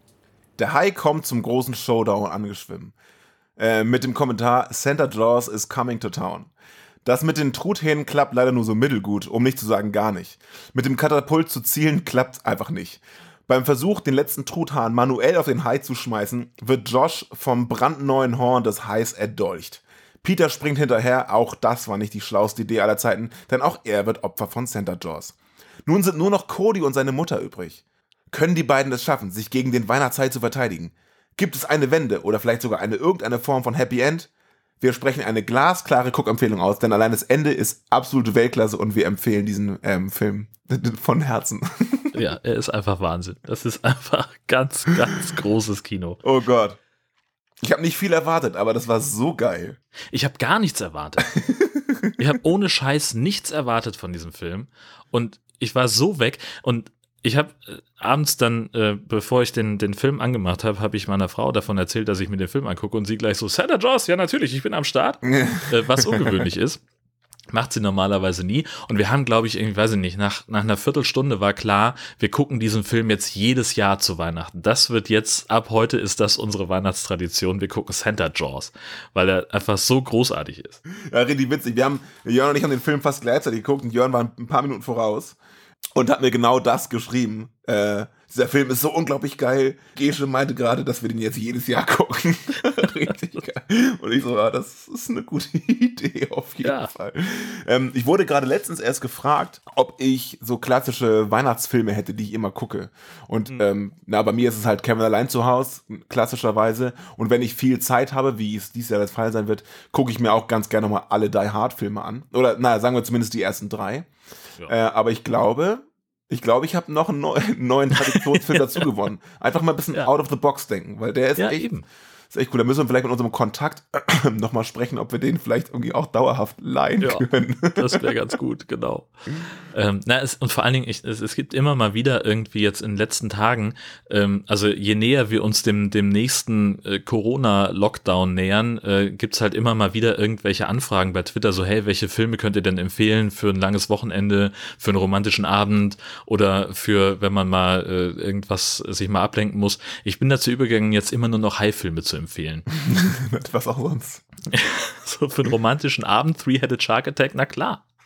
Der Hai kommt zum großen Showdown angeschwimmen. Äh, mit dem Kommentar Santa Jaws is coming to town. Das mit den Truthähnen klappt leider nur so mittelgut, um nicht zu sagen gar nicht. Mit dem Katapult zu zielen klappt einfach nicht. Beim Versuch, den letzten Truthahn manuell auf den Hai zu schmeißen, wird Josh vom brandneuen Horn des Hais erdolcht. Peter springt hinterher, auch das war nicht die schlauste Idee aller Zeiten, denn auch er wird Opfer von Santa Jaws. Nun sind nur noch Cody und seine Mutter übrig. Können die beiden es schaffen, sich gegen den Weihnachtshai zu verteidigen? Gibt es eine Wende oder vielleicht sogar eine irgendeine Form von Happy End? Wir sprechen eine glasklare Guckempfehlung aus, denn allein das Ende ist absolute Weltklasse und wir empfehlen diesen ähm, Film von Herzen. Ja, er ist einfach Wahnsinn. Das ist einfach ganz, ganz großes Kino. Oh Gott. Ich habe nicht viel erwartet, aber das war so geil. Ich habe gar nichts erwartet. Ich habe ohne Scheiß nichts erwartet von diesem Film und ich war so weg und ich habe äh, abends dann, äh, bevor ich den, den Film angemacht habe, habe ich meiner Frau davon erzählt, dass ich mir den Film angucke und sie gleich so, Santa Jaws, ja natürlich, ich bin am Start, äh, was ungewöhnlich ist. Macht sie normalerweise nie. Und wir haben, glaube ich, irgendwie, weiß ich nicht, nach, nach einer Viertelstunde war klar, wir gucken diesen Film jetzt jedes Jahr zu Weihnachten. Das wird jetzt, ab heute ist das unsere Weihnachtstradition. Wir gucken Santa Jaws, weil er einfach so großartig ist. Ja, richtig witzig. Wir haben, Jörn und ich haben den Film fast gleichzeitig geguckt und Jörn war ein paar Minuten voraus. Und hat mir genau das geschrieben. Äh, dieser Film ist so unglaublich geil. Gesche meinte gerade, dass wir den jetzt jedes Jahr gucken. Richtig geil. Und ich so, ja, das ist eine gute Idee auf jeden ja. Fall. Ähm, ich wurde gerade letztens erst gefragt, ob ich so klassische Weihnachtsfilme hätte, die ich immer gucke. Und mhm. ähm, na, bei mir ist es halt Kevin allein zu Haus, klassischerweise. Und wenn ich viel Zeit habe, wie es dieses Jahr der Fall sein wird, gucke ich mir auch ganz gerne nochmal alle Die Hard Filme an. Oder, naja, sagen wir zumindest die ersten drei. Ja. Äh, aber ich glaube, ich glaube, ich habe noch einen neuen, neuen Traditionsfilm dazu gewonnen. Einfach mal ein bisschen ja. out of the box denken, weil der ist ja, echt, eben. ist echt cool. Da müssen wir vielleicht mit unserem Kontakt nochmal sprechen, ob wir den vielleicht irgendwie auch dauerhaft leihen ja, können. Das wäre ganz gut, genau. ähm, na, es, und vor allen Dingen, ich, es, es gibt immer mal wieder irgendwie jetzt in den letzten Tagen, ähm, also je näher wir uns dem, dem nächsten äh, Corona-Lockdown nähern, äh, gibt es halt immer mal wieder irgendwelche Anfragen bei Twitter, so hey, welche Filme könnt ihr denn empfehlen für ein langes Wochenende, für einen romantischen Abend oder für, wenn man mal äh, irgendwas sich mal ablenken muss. Ich bin dazu übergegangen, jetzt immer nur noch Hai-Filme zu empfehlen. Was auch sonst. So für einen romantischen Abend, Three-Headed Shark Attack, na klar.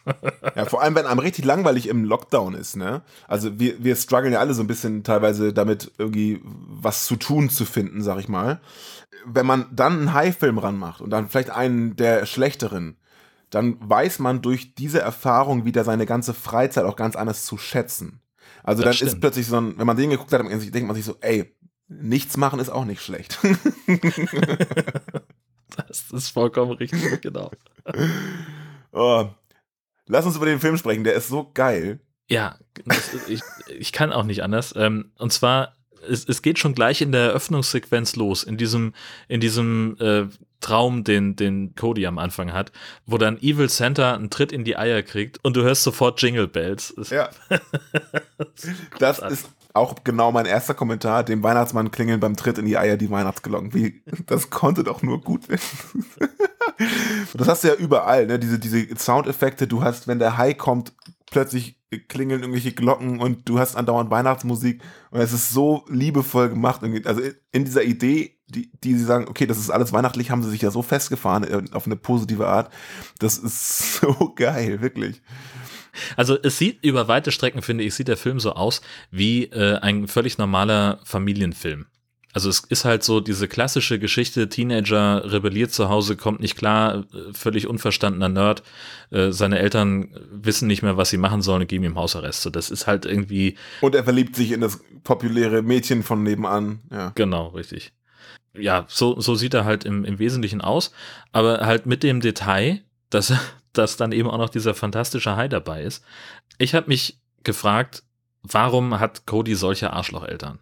Ja, vor allem, wenn einem richtig langweilig im Lockdown ist, ne? Also wir, wir strugglen ja alle so ein bisschen teilweise damit, irgendwie was zu tun zu finden, sag ich mal. Wenn man dann einen High-Film ranmacht und dann vielleicht einen der schlechteren, dann weiß man durch diese Erfahrung wieder seine ganze Freizeit auch ganz anders zu schätzen. Also Das dann stimmt. ist plötzlich so ein, wenn man den geguckt hat, denkt man sich so, ey, nichts machen ist auch nicht schlecht. Das ist vollkommen richtig, genau. Oh. Lass uns über den Film sprechen, der ist so geil. Ja, das, ich, ich kann auch nicht anders. Ähm, und zwar, es, es geht schon gleich in der Eröffnungssequenz los, in diesem, in diesem äh, Traum, den, den Cody am Anfang hat, wo dann Evil Santa einen Tritt in die Eier kriegt und du hörst sofort Jingle Bells. Das, Ja. Das ist auch genau mein erster Kommentar, dem Weihnachtsmann klingeln beim Tritt in die Eier die Weihnachtsglocken. Wie, das konnte doch nur gut werden. Das hast du ja überall, ne? Diese, diese Soundeffekte, du hast, wenn der Hai kommt, plötzlich klingeln irgendwelche Glocken und du hast andauernd Weihnachtsmusik und es ist so liebevoll gemacht. Also in dieser Idee, die, die sie sagen, okay, das ist alles weihnachtlich, haben sie sich ja so festgefahren auf eine positive Art. Das ist so geil, wirklich. Also es sieht über weite Strecken, finde ich, sieht der Film so aus wie äh, ein völlig normaler Familienfilm. Also es ist halt so diese klassische Geschichte, Teenager rebelliert zu Hause, kommt nicht klar, völlig unverstandener Nerd, äh, seine Eltern wissen nicht mehr, was sie machen sollen und geben ihm Hausarrest. So, das ist halt irgendwie... Und er verliebt sich in das populäre Mädchen von nebenan. Ja. Genau, richtig. Ja, so, so sieht er halt im, im Wesentlichen aus, aber halt mit dem Detail, dass, dass dann eben auch noch dieser fantastische Hai dabei ist. Ich habe mich gefragt, warum hat Cody solche Arschlocheltern?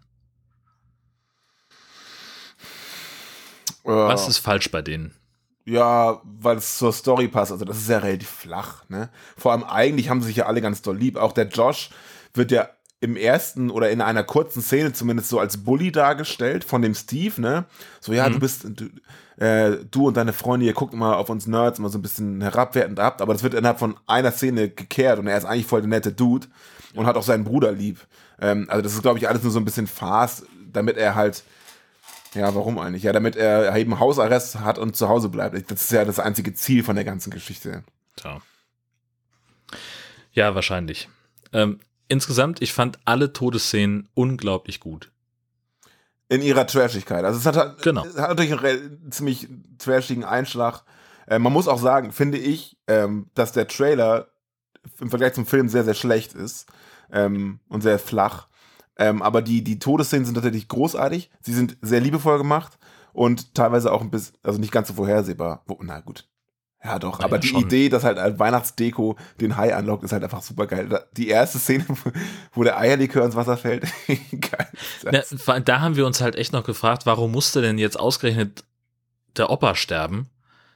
Was ist falsch bei denen? Ja, weil es zur Story passt. Also das ist ja relativ flach, ne? Vor allem eigentlich haben sie sich ja alle ganz doll lieb. Auch der Josh wird ja im ersten oder in einer kurzen Szene zumindest so als Bully dargestellt von dem Steve, ne? So, ja, mhm. du bist, du, äh, du und deine Freunde, ihr guckt immer auf uns Nerds immer so ein bisschen herabwertend ab, aber das wird innerhalb von einer Szene gekehrt und er ist eigentlich voll der nette Dude und ja. hat auch seinen Bruder lieb. Ähm, also das ist, glaube ich, alles nur so ein bisschen Farce, damit er halt Ja, warum eigentlich? Ja, damit er eben Hausarrest hat und zu Hause bleibt. Das ist ja das einzige Ziel von der ganzen Geschichte. Tja. Ja, wahrscheinlich. Ähm, insgesamt, ich fand alle Todesszenen unglaublich gut. In ihrer Trashigkeit. Also es hat, genau. es hat natürlich einen ziemlich trashigen Einschlag. Äh, man muss auch sagen, finde ich, ähm, dass der Trailer im Vergleich zum Film sehr, sehr schlecht ist ähm, und sehr flach. Ähm, aber die, die Todesszenen sind tatsächlich großartig. Sie sind sehr liebevoll gemacht und teilweise auch ein bisschen, also nicht ganz so vorhersehbar. Wo, na gut. Ja, doch. Ja, aber die schon. Idee, dass halt als Weihnachtsdeko den Hai anlockt, ist halt einfach super geil. Die erste Szene, wo der Eierlikör ins Wasser fällt. Geil. Na, da haben wir uns halt echt noch gefragt, warum musste denn jetzt ausgerechnet der Opa sterben?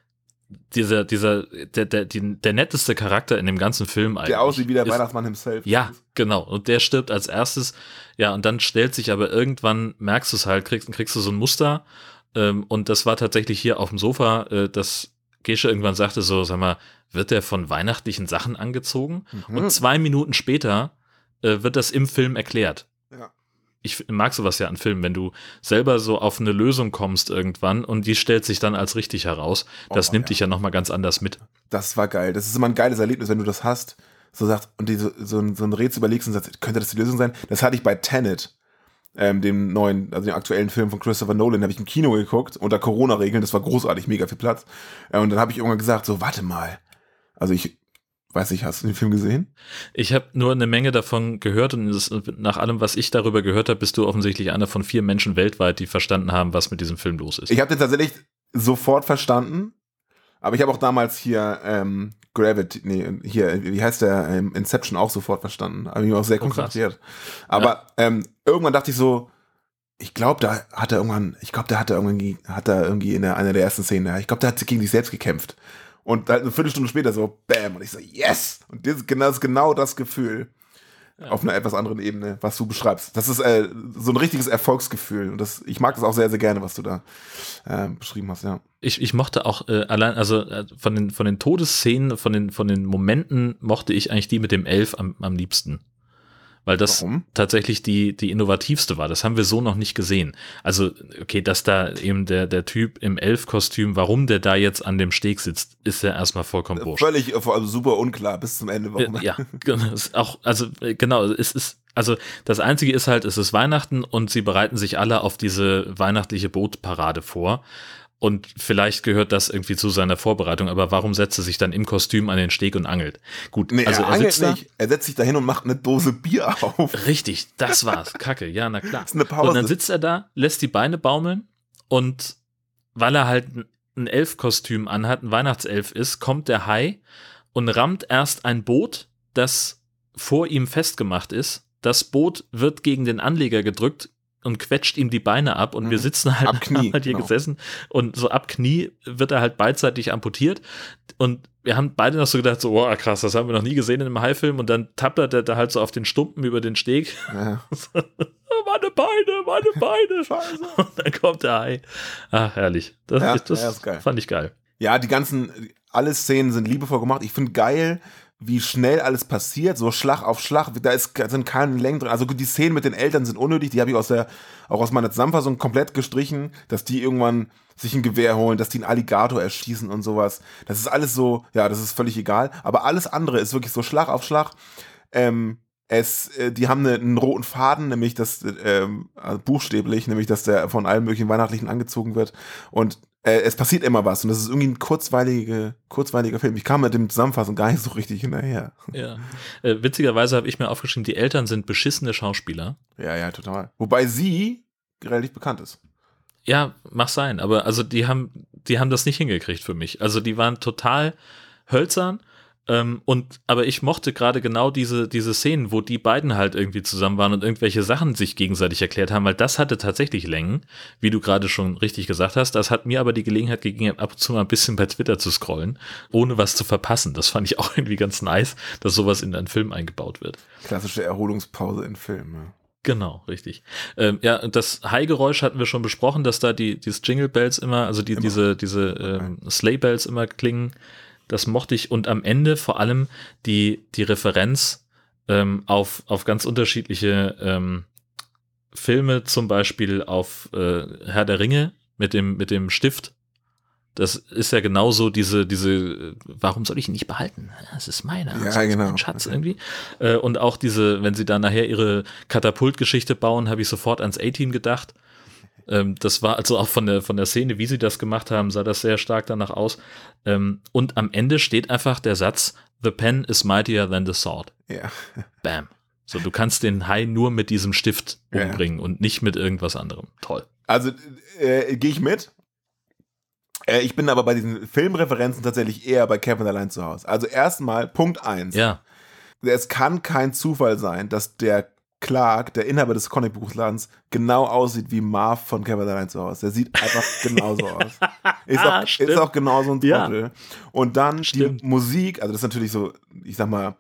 Dieser, dieser, der, der, die, der netteste Charakter in dem ganzen Film eigentlich. Der aussieht wie der ist, Weihnachtsmann himself. Ja, genau. Und der stirbt als erstes. Ja, und dann stellt sich aber irgendwann, merkst du es halt, kriegst, kriegst du so ein Muster. Ähm, und das war tatsächlich hier auf dem Sofa, äh, dass Gesche irgendwann sagte so, sag mal, wird der von weihnachtlichen Sachen angezogen? Mhm. Und zwei Minuten später äh, wird das im Film erklärt. Ja. Ich mag sowas ja an Filmen, wenn du selber so auf eine Lösung kommst irgendwann und die stellt sich dann als richtig heraus. Das oh, nimmt ja. dich ja nochmal ganz anders mit. Das war geil. Das ist immer ein geiles Erlebnis, wenn du das hast. So sagst, und die so, so, ein, so ein Rätsel überlegst und sagst, könnte das die Lösung sein? Das hatte ich bei Tenet, ähm, dem neuen, also dem aktuellen Film von Christopher Nolan, habe ich im Kino geguckt, unter Corona-Regeln, das war großartig, mega viel Platz. Äh, und dann habe ich irgendwann gesagt, so, warte mal. Also ich weiß nicht, hast du den Film gesehen? Ich habe nur eine Menge davon gehört und das, nach allem, was ich darüber gehört habe, bist du offensichtlich einer von vier Menschen weltweit, die verstanden haben, was mit diesem Film los ist. Ich habe den tatsächlich sofort verstanden, aber ich habe auch damals hier ähm, Gravity, nee, hier, wie heißt der, ähm, Inception auch sofort verstanden. Habe mich auch sehr konzentriert. Oh, aber ja. ähm, irgendwann dachte ich so, ich glaube, da hat er irgendwann, ich glaube, da hat er irgendwie, hat er irgendwie in der, einer der ersten Szenen, ich glaube, da hat er gegen sich selbst gekämpft. Und halt eine Viertelstunde später so, bam, und ich so, yes! Und das ist genau das, genau das Gefühl ja. auf einer etwas anderen Ebene, was du beschreibst. Das ist äh, so ein richtiges Erfolgsgefühl. Und das, ich mag das auch sehr, sehr gerne, was du da äh, beschrieben hast, ja. Ich, ich mochte auch äh, allein, also äh, von den, von den Todesszenen, von den, von den Momenten mochte ich eigentlich die mit dem Elf am, am liebsten. weil das Warum? tatsächlich die, die innovativste war. Das haben wir so noch nicht gesehen. Also, okay, dass da eben der, der Typ im Elfkostüm, warum der da jetzt an dem Steg sitzt, ist ja erstmal vollkommen wurscht. Völlig, also super unklar bis zum Ende. Warum? Ja, genau, ist auch, also genau, es ist, also das Einzige ist halt, es ist Weihnachten und sie bereiten sich alle auf diese weihnachtliche Bootparade vor. Und vielleicht gehört das irgendwie zu seiner Vorbereitung, aber warum setzt er sich dann im Kostüm an den Steg und angelt? Gut, Nee, also er, er angelt sitzt da. nicht. Er setzt sich da hin und macht eine Dose Bier auf. Richtig, das war's. Kacke, ja, na klar. Das ist eine Pause. Und dann sitzt er da, lässt die Beine baumeln und weil er halt ein- ein Elfkostüm anhat, ein Weihnachtself ist, kommt der Hai und rammt erst ein Boot, das vor ihm festgemacht ist. Das Boot wird gegen den Anleger gedrückt und quetscht ihm die Beine ab und Mhm. wir sitzen halt, Ab Knie, haben halt hier genau. gesessen und so ab Knie wird er halt beidseitig amputiert und wir haben beide noch so gedacht, so, wow, krass, das haben wir noch nie gesehen in einem Haifilm und dann tappert er da halt so auf den Stumpen über den Steg. Ja. Meine Beine, meine Beine. Scheiße. Und dann kommt der Hai. Ach, herrlich. Das, Ja, das ja, ist geil. fand ich geil. Ja, die ganzen, alle Szenen sind liebevoll gemacht. Ich finde geil, wie schnell alles passiert, so Schlag auf Schlag. Da ist, da sind keine Längen drin. Also die Szenen mit den Eltern sind unnötig. Die habe ich aus der, auch aus meiner Zusammenfassung komplett gestrichen, dass die irgendwann sich ein Gewehr holen, dass die einen Alligator erschießen und sowas. Das ist alles so, ja, das ist völlig egal. Aber alles andere ist wirklich so Schlag auf Schlag. Ähm, es, äh, die haben eine, einen roten Faden, nämlich das, ähm, also buchstäblich, nämlich dass der von allen möglichen Weihnachtlichen angezogen wird. Und äh, es passiert immer was. Und das ist irgendwie ein kurzweilige, kurzweiliger Film. Ich kam mit dem Zusammenfassen gar nicht so richtig hinterher. Ja. Äh, witzigerweise habe ich mir aufgeschrieben, die Eltern sind beschissene Schauspieler. Ja, ja, total. Wobei sie relativ bekannt ist. Ja, mach sein, aber also die haben, die haben das nicht hingekriegt für mich. Also die waren total hölzern. Ähm, und, aber ich mochte gerade genau diese, diese Szenen, wo die beiden halt irgendwie zusammen waren und irgendwelche Sachen sich gegenseitig erklärt haben, weil das hatte tatsächlich Längen, wie du gerade schon richtig gesagt hast. Das hat mir aber die Gelegenheit gegeben, ab und zu mal ein bisschen bei Twitter zu scrollen, ohne was zu verpassen. Das fand ich auch irgendwie ganz nice, dass sowas in einen Film eingebaut wird. Klassische Erholungspause in Filmen. Ja. Genau, richtig. Ähm, ja, das Hai-Geräusch hatten wir schon besprochen, dass da die, die Jingle Bells immer, also die, Immer. diese, diese ähm, Sleigh Bells immer klingen. Das mochte ich und am Ende vor allem die, die Referenz ähm, auf, auf ganz unterschiedliche ähm, Filme, zum Beispiel auf äh, Herr der Ringe mit dem, mit dem Stift. Das ist ja genauso diese, diese, warum soll ich ihn nicht behalten? Das ist meine, Ja, das ist genau. mein Schatz irgendwie. Äh, und auch diese, wenn sie dann nachher ihre Katapultgeschichte bauen, habe ich sofort ans A-Team gedacht. Ähm, das war also auch von der, von der Szene, wie sie das gemacht haben, sah das sehr stark danach aus. Ähm, und am Ende steht einfach der Satz, the pen is mightier than the sword. Ja. Bam. So, du kannst den Hai nur mit diesem Stift Ja. umbringen und nicht mit irgendwas anderem. Toll. Also äh, gehe ich mit. Äh, ich bin aber bei diesen Filmreferenzen tatsächlich eher bei Kevin allein zu Hause. Also erstmal Punkt eins. Ja. Es kann kein Zufall sein, dass der Clark, der Inhaber des Comicbuchladens, genau aussieht wie Marv von Kevin allein zu Hause. Der sieht einfach genauso aus. Ist auch, Stimmt. ist auch genauso ein Ja. Trottel. Und dann Stimmt. die Musik, also das ist natürlich so, ich sag mal,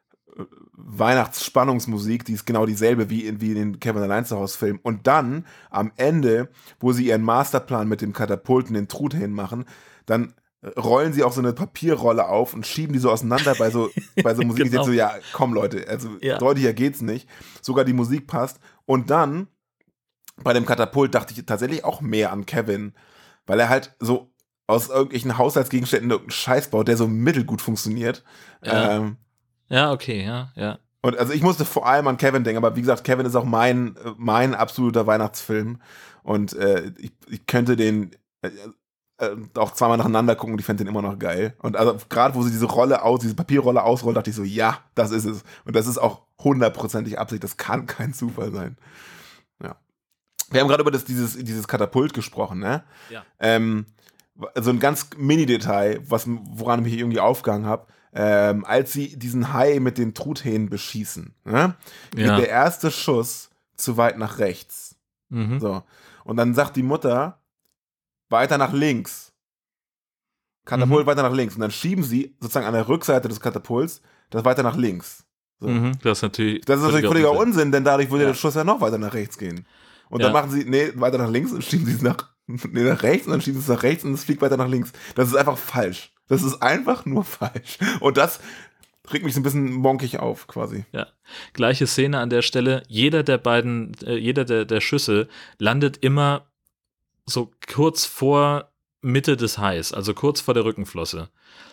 Weihnachtsspannungsmusik, die ist genau dieselbe wie in, wie in den Kevin allein zu Hause Filmen. Und dann am Ende, wo sie ihren Masterplan mit dem Katapulten, den Truthähnen machen, dann rollen sie auch so eine Papierrolle auf und schieben die so auseinander bei so, bei so Musik. Genau. Ich denk so, ja, komm Leute, also Ja. deutlicher geht's nicht. Sogar die Musik passt. Und dann, bei dem Katapult dachte ich tatsächlich auch mehr an Kevin, weil er halt so aus irgendwelchen Haushaltsgegenständen irgendeinen Scheiß baut, der so mittelgut funktioniert. Ja. Ähm, Ja, okay, ja, ja. und also ich musste vor allem an Kevin denken, aber wie gesagt, Kevin ist auch mein, äh, mein absoluter Weihnachtsfilm. Und äh, ich, ich könnte den äh, äh, auch zweimal nacheinander gucken und ich fände den immer noch geil. Und also gerade wo sie diese Rolle aus, diese Papierrolle ausrollt, dachte ich so, ja, das ist es. Und das ist auch hundertprozentig Absicht, das kann kein Zufall sein. Ja. Wir haben gerade über das, dieses, dieses Katapult gesprochen, ne? Ja. Ähm, so ein ganz Mini-Detail, was, woran ich mich irgendwie aufgehangen habe. Ähm, als sie diesen Hai mit den Truthähnen beschießen, ne? Geht Ja. der erste Schuss zu weit nach rechts. Mhm. So. Und dann sagt die Mutter, weiter nach links. Katapult Mhm. weiter nach links. Und dann schieben sie sozusagen an der Rückseite des Katapults das weiter nach links. So. Mhm. Das ist natürlich. Das ist natürlich völliger Unsinn. Unsinn, denn dadurch würde Ja. der Schuss ja noch weiter nach rechts gehen. Und Ja. dann machen sie, nee, weiter nach links und schieben sie es nach, nee, nach rechts und dann schieben sie es nach rechts und es fliegt weiter nach links. Das ist einfach falsch. Das ist einfach nur falsch. Und das regt mich so ein bisschen monkig auf, quasi. Ja, gleiche Szene an der Stelle. Jeder der beiden, äh, jeder der, der Schüsse landet immer so kurz vor Mitte des Hais, also kurz vor der Rückenflosse.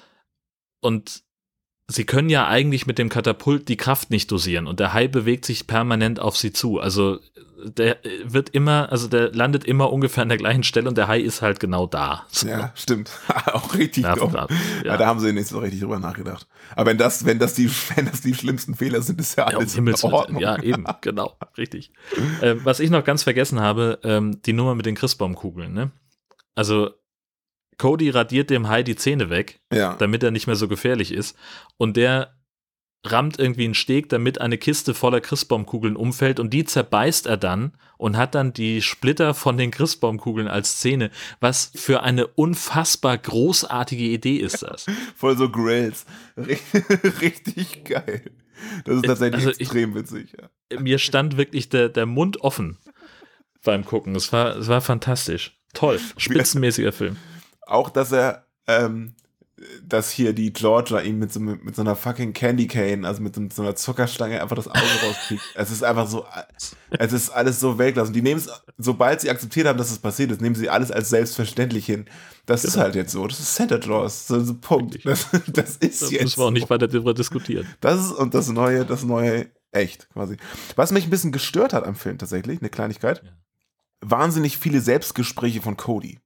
Und sie können ja eigentlich mit dem Katapult die Kraft nicht dosieren und der Hai bewegt sich permanent auf sie zu. Also der wird immer, also der landet immer ungefähr an der gleichen Stelle und der Hai ist halt genau da. So. Ja, stimmt. Auch richtig dumm. Ja. Ja, da haben sie nicht so richtig drüber nachgedacht. Aber wenn das, wenn das die, wenn das die schlimmsten Fehler sind, ist ja alles ja, um in Ordnung. Ja, eben, genau, richtig. Ähm, was ich noch ganz vergessen habe, ähm, die Nummer mit den Christbaumkugeln, ne? Also Cody radiert dem Hai die Zähne weg, ja. damit er nicht mehr so gefährlich ist. Und der rammt irgendwie einen Steg, damit eine Kiste voller Christbaumkugeln umfällt und die zerbeißt er dann und hat dann die Splitter von den Christbaumkugeln als Zähne. Was für eine unfassbar großartige Idee ist das? Voll so Grills. Richtig geil. Das ist tatsächlich also extrem ich, witzig. Ja. Mir stand wirklich der, der Mund offen beim Gucken. Es war, es war fantastisch. Toll. Spitzenmäßiger Film. Auch, dass er, ähm, dass hier die Georgia ihm mit so, mit so einer fucking Candy Cane, also mit so, mit so einer Zuckerstange einfach das Auge rauskriegt. Es ist einfach so, es ist alles so Weltklasse. Und die nehmen es, sobald sie akzeptiert haben, dass es passiert ist, nehmen sie alles als selbstverständlich hin. Das genau. ist halt jetzt so. Das ist Santa Claus. So, so Punkt. Das, das ist das jetzt. Das müssen wir auch nicht weiter darüber diskutieren. Das ist, und das neue, das neue, echt, quasi. Was mich ein bisschen gestört hat am Film tatsächlich, eine Kleinigkeit, ja. wahnsinnig viele Selbstgespräche von Cody.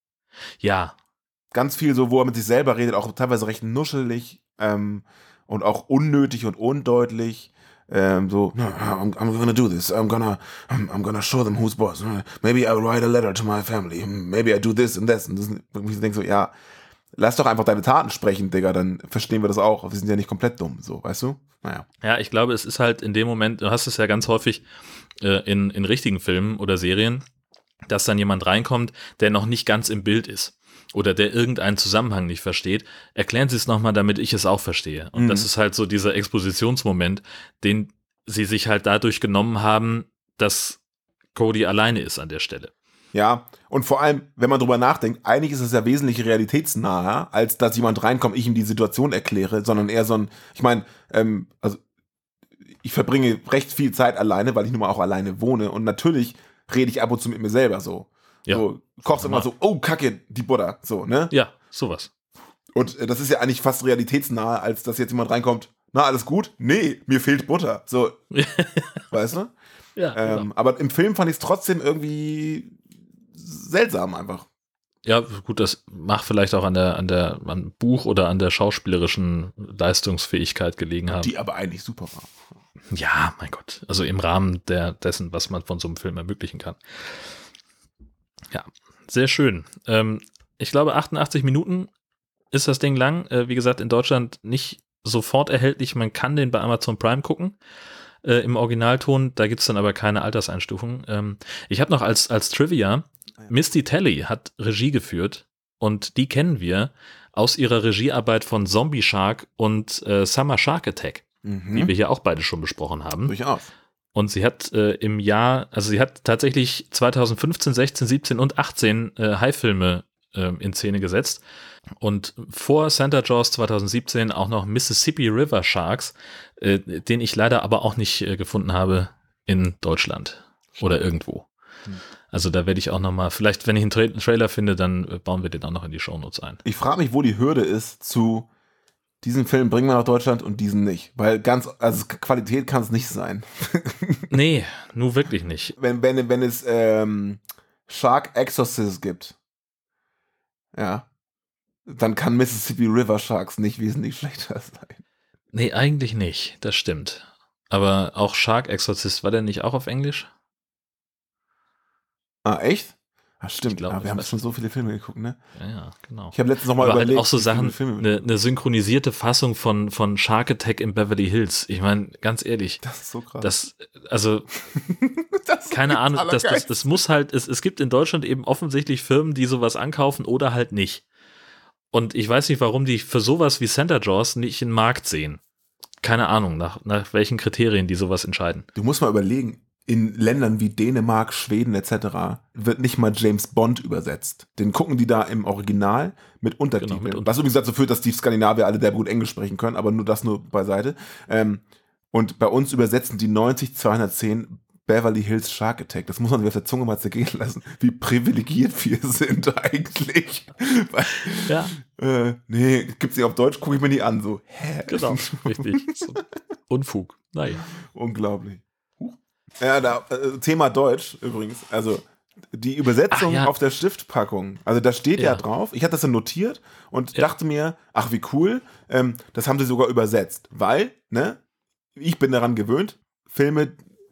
Ja. Ganz viel so, wo er mit sich selber redet, auch teilweise recht nuschelig ähm, und auch unnötig und undeutlich. Ähm, so, no, I'm, I'm gonna do this. I'm gonna, I'm, I'm gonna show them who's boss. Maybe I'll write a letter to my family. Maybe I do this and this. Und das, ich denke so, ja, lass doch einfach deine Taten sprechen, Digga, dann verstehen wir das auch. Wir sind ja nicht komplett dumm, so, weißt du? Naja. Ja, ich glaube, es ist halt in dem Moment, du hast es ja ganz häufig äh, in, in richtigen Filmen oder Serien, dass dann jemand reinkommt, der noch nicht ganz im Bild ist oder der irgendeinen Zusammenhang nicht versteht. Erklären Sie es nochmal, damit ich es auch verstehe. Und mhm. das ist halt so dieser Expositionsmoment, den sie sich halt dadurch genommen haben, dass Cody alleine ist an der Stelle. Ja, und vor allem, wenn man drüber nachdenkt, eigentlich ist es ja wesentlich realitätsnaher, als dass jemand reinkommt, ich ihm die Situation erkläre, sondern eher so ein, ich meine, ähm, also ich verbringe recht viel Zeit alleine, weil ich nun mal auch alleine wohne und natürlich rede ich ab und zu mit mir selber so. Ja. So, kochst immer so, oh, Kacke, die Butter, so, ne? Ja, sowas. Und äh, das ist ja eigentlich fast realitätsnahe, als dass jetzt jemand reinkommt, na, alles gut? Nee, mir fehlt Butter. So, weißt du? Ja, ähm, genau. Aber im Film fand ich es trotzdem irgendwie seltsam einfach. Ja, gut, das mag vielleicht auch an der, an der, an Buch oder an der schauspielerischen Leistungsfähigkeit gelegen haben. Die aber eigentlich super war. Ja, mein Gott. Also im Rahmen der, dessen, was man von so einem Film ermöglichen kann. Ja, sehr schön. Ähm, ich glaube, achtundachtzig Minuten ist das Ding lang. Äh, wie gesagt, in Deutschland nicht sofort erhältlich. Man kann den bei Amazon Prime gucken. Äh, im Originalton. Da gibt es dann aber keine Alterseinstufung. Ähm, ich habe noch als, als Trivia, Misty Talley hat Regie geführt und die kennen wir aus ihrer Regiearbeit von Zombie Shark und äh, Summer Shark Attack. Mhm. Die wir hier auch beide schon besprochen haben. Durchaus. Und sie hat äh, im Jahr, also sie hat tatsächlich zweitausendfünfzehn, sechzehn, siebzehn und achtzehn äh, Hai-Filme äh, in Szene gesetzt. Und vor Santa Jaws zweitausendsiebzehn auch noch Mississippi River Sharks, äh, den ich leider aber auch nicht äh, gefunden habe in Deutschland oder irgendwo. Mhm. Also da werde ich auch nochmal, vielleicht wenn ich einen Tra- Trailer finde, dann äh, bauen wir den auch noch in die Shownotes ein. Ich frage mich, wo die Hürde ist zu diesen Film bringen wir nach Deutschland und diesen nicht. Weil ganz, also Qualität kann es nicht sein. Nee, nur wirklich nicht. Wenn, wenn, wenn es ähm, Shark Exorcist gibt, ja, dann kann Mississippi River Sharks nicht wesentlich schlechter sein. Nee, eigentlich nicht, das stimmt. Aber auch Shark Exorcist, war der nicht auch auf Englisch? Ah, echt? Ah, stimmt, glaub, ja, wir haben schon so viele Filme geguckt, ne? Ja, ja, genau. Ich habe letztens noch mal Aber überlegt, halt auch so Sachen, eine, eine synchronisierte Fassung von, von Shark Attack in Beverly Hills. Ich meine, ganz ehrlich. Das ist so krass. Das, also, das keine Ahnung, das, das, das muss halt, es, es gibt in Deutschland eben offensichtlich Firmen, die sowas ankaufen oder halt nicht. Und ich weiß nicht, warum die für sowas wie Santa Jaws nicht einen Markt sehen. Keine Ahnung, nach, nach welchen Kriterien die sowas entscheiden. Du musst mal überlegen, in Ländern wie Dänemark, Schweden et cetera wird nicht mal James Bond übersetzt. Den gucken die da im Original mit Untertiteln. Genau, mit Unter- Was übrigens dazu führt, dass die Skandinavier alle sehr gut Englisch sprechen können, aber nur das nur beiseite. Ähm, und bei uns übersetzen die neunzig zweihundertzehn Beverly Hills Shark Attack. Das muss man sich auf der Zunge mal zergehen lassen, wie privilegiert wir sind eigentlich. Weil, Ja. äh, nee, gibt's nicht auf Deutsch, gucke ich mir nie an. So, hä? Genau, richtig. So. Unfug. Naja. Unglaublich. Huch. Ja, da, äh, Thema Deutsch übrigens. Also die Übersetzung Ach, ja. auf der Stiftpackung. Also da steht ja, Ja. drauf. Ich hatte das dann notiert und Ja. dachte mir, ach wie cool, ähm, das haben sie sogar übersetzt. Weil, ne, ich bin daran gewöhnt, Filme,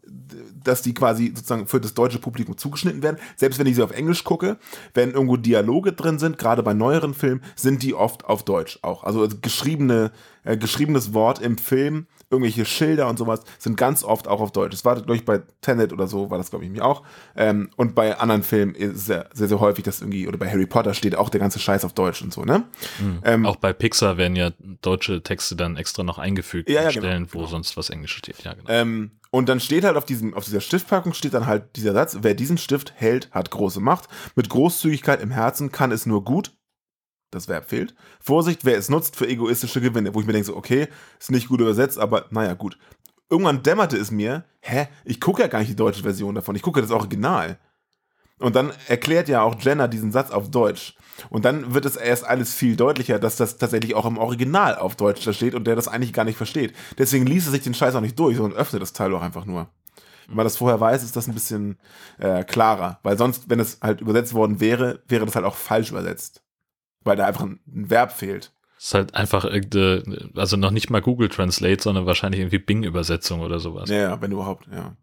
dass die quasi sozusagen für das deutsche Publikum zugeschnitten werden. Selbst wenn ich sie auf Englisch gucke, wenn irgendwo Dialoge drin sind, gerade bei neueren Filmen, sind die oft auf Deutsch auch. Also geschriebene, äh, geschriebenes Wort im Film, irgendwelche Schilder und sowas, sind ganz oft auch auf Deutsch. Das war, glaube ich, bei Tenet oder so, war das, glaube ich, mir auch. Ähm, und bei anderen Filmen ist es sehr, sehr, sehr häufig, dass irgendwie, oder bei Harry Potter steht auch der ganze Scheiß auf Deutsch und so, ne? Mhm. Ähm, Auch bei Pixar werden ja deutsche Texte dann extra noch eingefügt Ja, ja, an genau, Stellen, wo genau. sonst was Englisch steht. Ja, genau. Ähm, und dann steht halt auf, diesem, auf dieser Stiftpackung steht dann halt dieser Satz, wer diesen Stift hält, hat große Macht. Mit Großzügigkeit im Herzen kann es nur gut, das Verb fehlt. Vorsicht, wer es nutzt für egoistische Gewinne. Wo ich mir denke, so, okay, ist nicht gut übersetzt, aber naja, gut. Irgendwann dämmerte es mir, hä, ich gucke ja gar nicht die deutsche Version davon, ich gucke das Original. Und dann erklärt ja auch Jenna diesen Satz auf Deutsch. Und dann wird es erst alles viel deutlicher, dass das tatsächlich auch im Original auf Deutsch da steht und der das eigentlich gar nicht versteht. Deswegen liest er sich den Scheiß auch nicht durch, sondern öffnet das Teil auch einfach nur. Wenn man das vorher weiß, ist das ein bisschen äh, klarer. Weil sonst, wenn es halt übersetzt worden wäre, wäre das halt auch falsch übersetzt. Weil da einfach ein, ein Verb fehlt. Es ist halt einfach irgendeine, also noch nicht mal Google Translate, sondern wahrscheinlich irgendwie Bing-Übersetzung oder sowas. Ja, ja, wenn überhaupt, ja.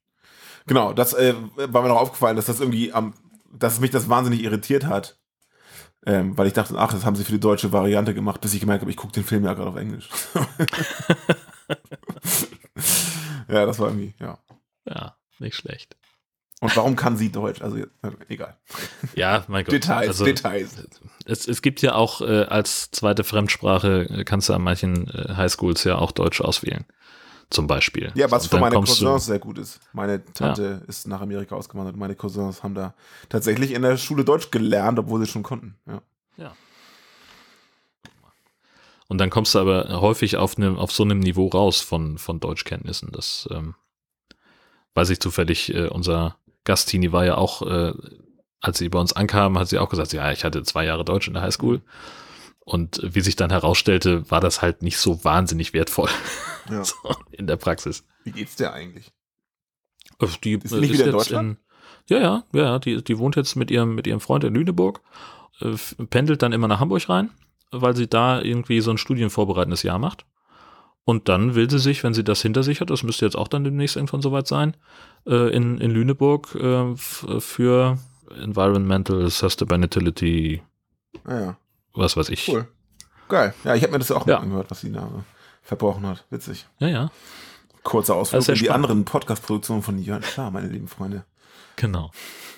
Genau, das äh, war mir noch aufgefallen, dass das irgendwie am, dass mich das wahnsinnig irritiert hat. Ähm, weil ich dachte, ach, das haben sie für die deutsche Variante gemacht, bis ich gemerkt habe, ich gucke den Film ja gerade auf Englisch. Ja, das war irgendwie, ja. Ja, nicht schlecht. Und warum kann sie Deutsch? Also, äh, egal. Ja, mein Gott. Details, also, Details. Es, es gibt ja auch äh, als zweite Fremdsprache, äh, kannst du an manchen äh, Highschools ja auch Deutsch auswählen. Zum Beispiel. Ja, was So, für dann meine kommst Cousins du, sehr gut ist. Meine Tante ist nach Amerika ausgewandert. Meine Cousins haben da tatsächlich in der Schule Deutsch gelernt, obwohl sie schon konnten. Ja. Ja. Und dann kommst du aber häufig auf, ne, auf so einem Niveau raus von, von Deutschkenntnissen. Das ähm, weiß ich zufällig, äh, unser Gasttini war ja auch, äh, als sie bei uns ankam, hat sie auch gesagt, ja, ich hatte zwei Jahre Deutsch in der Highschool. Und wie sich dann herausstellte, war das halt nicht so wahnsinnig wertvoll Ja. so, in der Praxis. Wie geht's dir eigentlich? Also die Ist die nicht wieder in Deutschland? In, ja, ja, ja, die, die wohnt jetzt mit ihrem, mit ihrem Freund in Lüneburg, äh, pendelt dann immer nach Hamburg rein, weil sie da irgendwie so ein studienvorbereitendes Jahr macht. Und dann will sie sich, wenn sie das hinter sich hat, das müsste jetzt auch dann demnächst irgendwann soweit sein, äh, in, in Lüneburg äh, f- für Environmental Sustainability, Naja, was weiß ich. cool. Geil. Ja, ich habe mir das ja auch Ja. mal angehört, was sie da äh, verbrochen hat. Witzig. Ja, ja, Kurzer Das Ausflug ist sehr in die spannend. anderen Podcast-Produktionen von Jörn Klar, meine lieben Freunde. genau.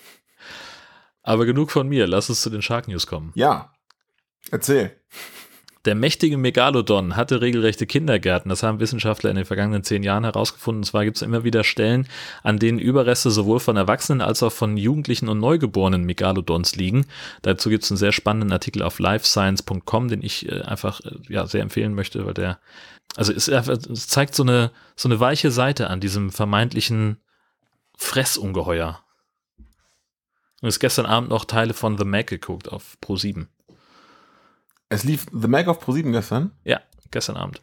Aber genug von mir, lass uns zu den Shark News kommen. Ja, erzähl. Der mächtige Megalodon hatte regelrechte Kindergärten. Das haben Wissenschaftler in den vergangenen zehn Jahren herausgefunden. Und zwar gibt es immer wieder Stellen, an denen Überreste sowohl von Erwachsenen als auch von Jugendlichen und neugeborenen Megalodons liegen. Dazu gibt es einen sehr spannenden Artikel auf livescience punkt com, den ich äh, einfach äh, ja, sehr empfehlen möchte, weil der, also es, einfach, es zeigt so eine, so eine weiche Seite an diesem vermeintlichen Fressungeheuer. Und ist gestern Abend noch Teile von The Mac geguckt auf Pro sieben. Es lief The Mac auf ProSieben gestern. Ja, gestern Abend.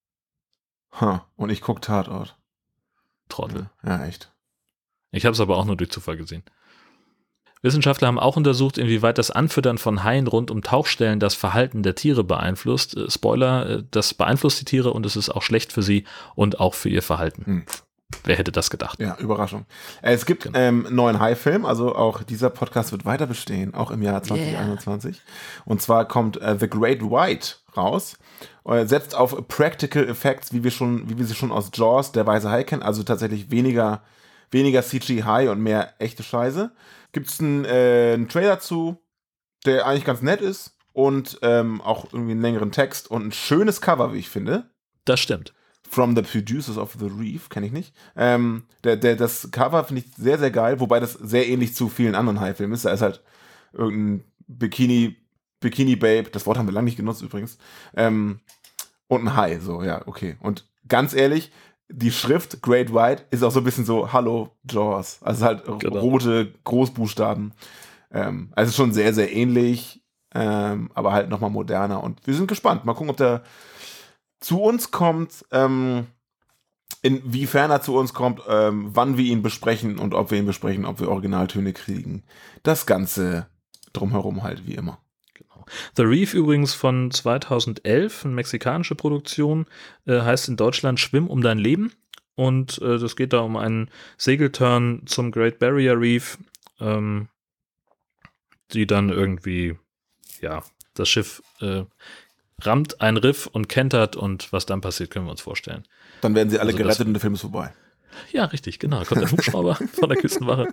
Ha, und ich guck Tatort. Trottel. Ja, echt. Ich habe es aber auch nur durch Zufall gesehen. Wissenschaftler haben auch untersucht, inwieweit das Anfüttern von Haien rund um Tauchstellen das Verhalten der Tiere beeinflusst. Äh, Spoiler, äh, das beeinflusst die Tiere und es ist auch schlecht für sie und auch für ihr Verhalten. Hm. Wer hätte das gedacht? Ja, Überraschung. Äh, Es gibt Genau. ähm, einen neuen Hai-Film, also auch dieser Podcast wird weiter bestehen, auch im Jahr zwanzig einundzwanzig. Und zwar kommt äh, The Great White raus, äh, setzt auf Practical Effects, wie wir schon, wie wir sie schon aus Jaws, der weiße Hai kennen, also tatsächlich weniger, weniger C G I und mehr echte Scheiße. Gibt es einen, äh, einen Trailer zu, der eigentlich ganz nett ist und ähm, auch irgendwie einen längeren Text und ein schönes Cover, wie ich finde. Das stimmt. From the Producers of the Reef, kenne ich nicht. Ähm, der, der, das Cover finde ich sehr, sehr geil, wobei das sehr ähnlich zu vielen anderen Hai-Filmen ist. Da ist halt irgendein Bikini, Bikini-Babe, das Wort haben wir lange nicht genutzt übrigens, ähm, und ein Hai, so, ja, okay. Und ganz ehrlich, die Schrift Great White ist auch so ein bisschen so, Hallo Jaws, also halt genau. rote Großbuchstaben. Ähm, also schon sehr, sehr ähnlich, ähm, aber halt nochmal moderner und wir sind gespannt. Mal gucken, ob der zu uns kommt, ähm, inwiefern er zu uns kommt, ähm, wann wir ihn besprechen und ob wir ihn besprechen, ob wir Originaltöne kriegen. Das Ganze drumherum halt, wie immer. Genau. The Reef übrigens von zweitausendelf, eine mexikanische Produktion, äh, heißt in Deutschland Schwimm um dein Leben und äh, das geht da um einen Segelturn zum Great Barrier Reef, ähm, die dann irgendwie, ja, das Schiff äh, rammt ein Riff und kentert und was dann passiert, können wir uns vorstellen. Dann werden sie alle also gerettet das, und der Film ist vorbei. Ja, richtig, genau. Da kommt der Hubschrauber von der Küstenwache.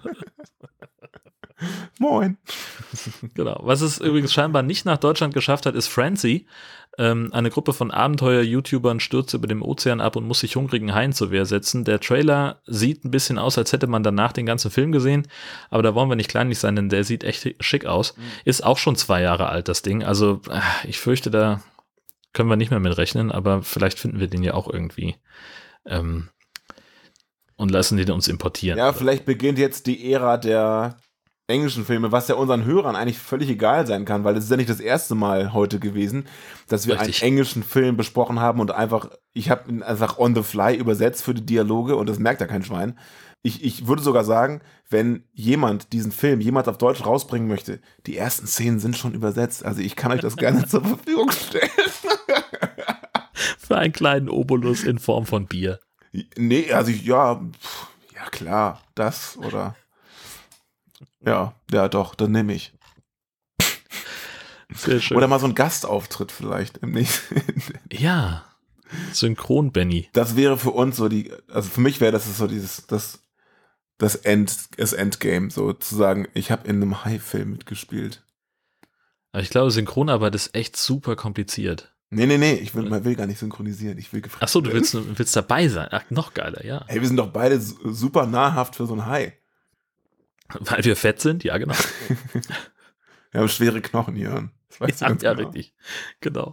Moin. Genau. Was es übrigens scheinbar nicht nach Deutschland geschafft hat, ist Francie. Ähm, eine Gruppe von Abenteuer-YouTubern stürzt über dem Ozean ab und muss sich hungrigen Haien zur Wehr setzen. Der Trailer sieht ein bisschen aus, als hätte man danach den ganzen Film gesehen, aber da wollen wir nicht kleinlich sein, denn der sieht echt schick aus. Mhm. Ist auch schon zwei Jahre alt, das Ding. Also ich fürchte, da können wir nicht mehr mit rechnen, aber vielleicht finden wir den ja auch irgendwie ähm, und lassen den uns importieren. Ja, vielleicht beginnt jetzt die Ära der englischen Filme, was ja unseren Hörern eigentlich völlig egal sein kann, weil es ist ja nicht das erste Mal heute gewesen, dass wir Richtig. einen englischen Film besprochen haben und einfach, ich habe ihn einfach on the fly übersetzt für die Dialoge und das merkt ja kein Schwein. Ich, ich würde sogar sagen, wenn jemand diesen Film jemals auf Deutsch rausbringen möchte, die ersten Szenen sind schon übersetzt, also ich kann euch das gerne zur Verfügung stellen. Für einen kleinen Obolus in Form von Bier. Nee, also ich, ja, ja klar, das oder ja, ja doch, dann nehme ich. Sehr schön. Oder mal so ein Gastauftritt vielleicht im nächsten. Ja, Synchron Benny. Das wäre für uns so die, also für mich wäre das so dieses, das, das End, das Endgame, so zu sagen, ich habe in einem Hai-Film mitgespielt. Aber ich glaube, Synchronarbeit ist echt super kompliziert. Nee, nee, nee, ich will, man will gar nicht synchronisieren, ich will gefragt. Ach so, du willst, willst dabei sein. Ach, noch geiler, ja. Hey, wir sind doch beide super nahrhaft für so ein Hai. Weil wir fett sind? Ja, genau. Wir haben schwere Knochen hier. Das weißt ja, du ganz ja genau. richtig. Genau.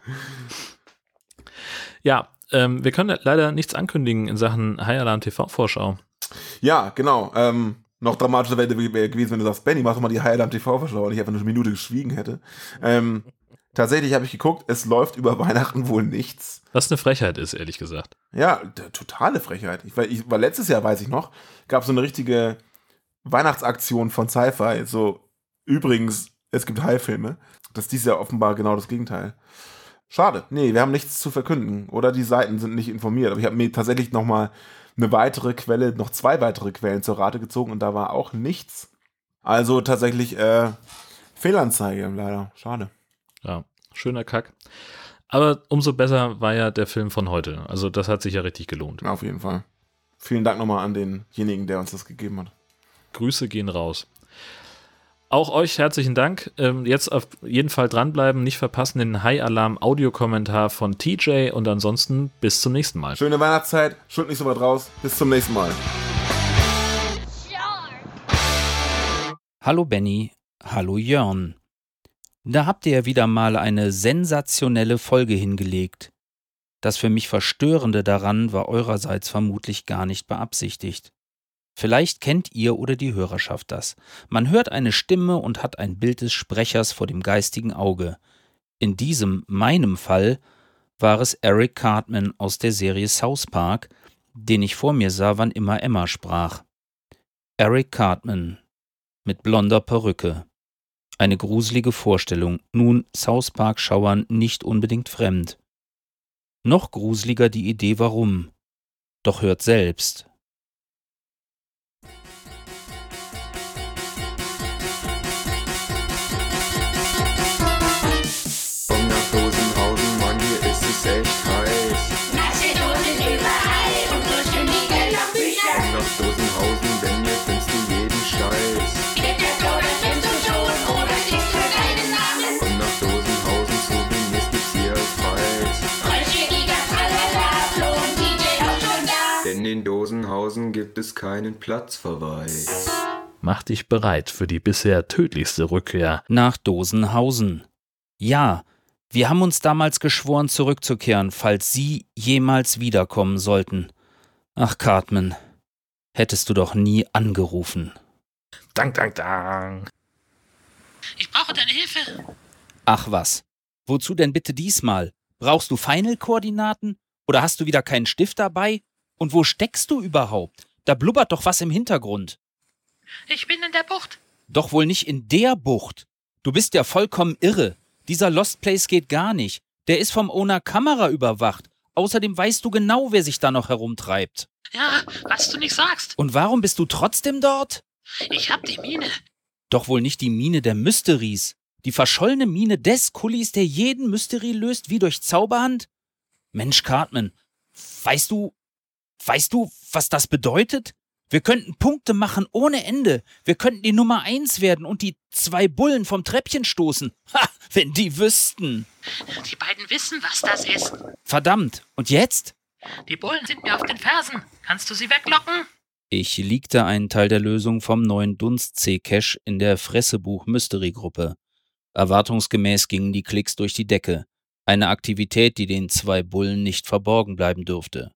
Ja, ähm, wir können leider nichts ankündigen in Sachen High Alarm T V-Vorschau. Ja, genau. Ähm, noch dramatischer wäre wär gewesen, wenn du sagst, Benny, mach doch mal die High Alarm T V-Vorschau und ich einfach eine Minute geschwiegen hätte. Ähm, tatsächlich habe ich geguckt, es läuft über Weihnachten wohl nichts. Was eine Frechheit ist, ehrlich gesagt. Ja, totale Frechheit. Ich, weil, ich, weil letztes Jahr, weiß ich noch, gab es so eine richtige Weihnachtsaktion von Sci-Fi. So, übrigens, es gibt Hai-Filme. Das ist dieses Jahr offenbar genau das Gegenteil. Schade. Nee, wir haben nichts zu verkünden. Oder die Seiten sind nicht informiert. Aber ich habe mir tatsächlich noch mal eine weitere Quelle, noch zwei weitere Quellen zur Rate gezogen und da war auch nichts. Also tatsächlich äh, Fehlanzeige, leider. Schade. Ja, schöner Kack. Aber umso besser war ja der Film von heute. Also das hat sich ja richtig gelohnt. Auf jeden Fall. Vielen Dank nochmal an denjenigen, der uns das gegeben hat. Grüße gehen raus. Auch euch herzlichen Dank. Ähm, jetzt auf jeden Fall dranbleiben, nicht verpassen den High-Alarm-Audiokommentar von T J und ansonsten bis zum nächsten Mal. Schöne Weihnachtszeit, schuld nicht so weit raus. Bis zum nächsten Mal. Hallo Benny, hallo Jörn. Da habt ihr ja wieder mal eine sensationelle Folge hingelegt. Das für mich Verstörende daran war eurerseits vermutlich gar nicht beabsichtigt. Vielleicht kennt ihr oder die Hörerschaft das. Man hört eine Stimme und hat ein Bild des Sprechers vor dem geistigen Auge. In diesem, meinem Fall, war es Eric Cartman aus der Serie South Park, den ich vor mir sah, wann immer Emma sprach. Eric Cartman mit blonder Perücke. Eine gruselige Vorstellung, nun South Park-Schauern nicht unbedingt fremd. Noch gruseliger die Idee, warum. Doch hört selbst. Komm nach Dosenhausen, Mann, hier ist es echt heiß. Nasse Dosen überall und durchgemiegelt nach Büchern. Komm nach Dosenhausen, denn hier findest du jeden Scheiß. Gibt es oder kennst du schon oder stehst für deinen Namen? Komm nach Dosenhausen, so wie mir's gibt's hier als Preis. Vollschickiger Tralala, Flo und D J den Dosenhausen gibt es keinen Platzverweis. Mach dich bereit für die bisher tödlichste Rückkehr. Nach Dosenhausen. Ja, wir haben uns damals geschworen, zurückzukehren, falls Sie jemals wiederkommen sollten. Ach, Cartman, hättest du doch nie angerufen. Dank, dank, dank. Ich brauche deine Hilfe. Ach was, wozu denn bitte diesmal? Brauchst du Final-Koordinaten? Oder hast du wieder keinen Stift dabei? Und wo steckst du überhaupt? Da blubbert doch was im Hintergrund. Ich bin in der Bucht. Doch wohl nicht in der Bucht. Du bist ja vollkommen irre. Dieser Lost Place geht gar nicht. Der ist vom Owner Kamera überwacht. Außerdem weißt du genau, wer sich da noch herumtreibt. Ja, was du nicht sagst. Und warum bist du trotzdem dort? Ich hab die Mine. Doch wohl nicht die Mine der Mysteries. Die verschollene Mine des Kullis, der jeden Mystery löst, wie durch Zauberhand? Mensch, Cartman, weißt du, weißt du, was das bedeutet? Wir könnten Punkte machen ohne Ende. Wir könnten die Nummer eins werden und die zwei Bullen vom Treppchen stoßen. Ha, wenn die wüssten. Die beiden wissen, was das ist. Verdammt, und jetzt? Die Bullen sind mir auf den Fersen. Kannst du sie weglocken? Ich leakte einen Teil der Lösung vom neuen Dunst-C-Cache in der Fressebuch-Mystery-Gruppe. Erwartungsgemäß gingen die Klicks durch die Decke. Eine Aktivität, die den zwei Bullen nicht verborgen bleiben dürfte.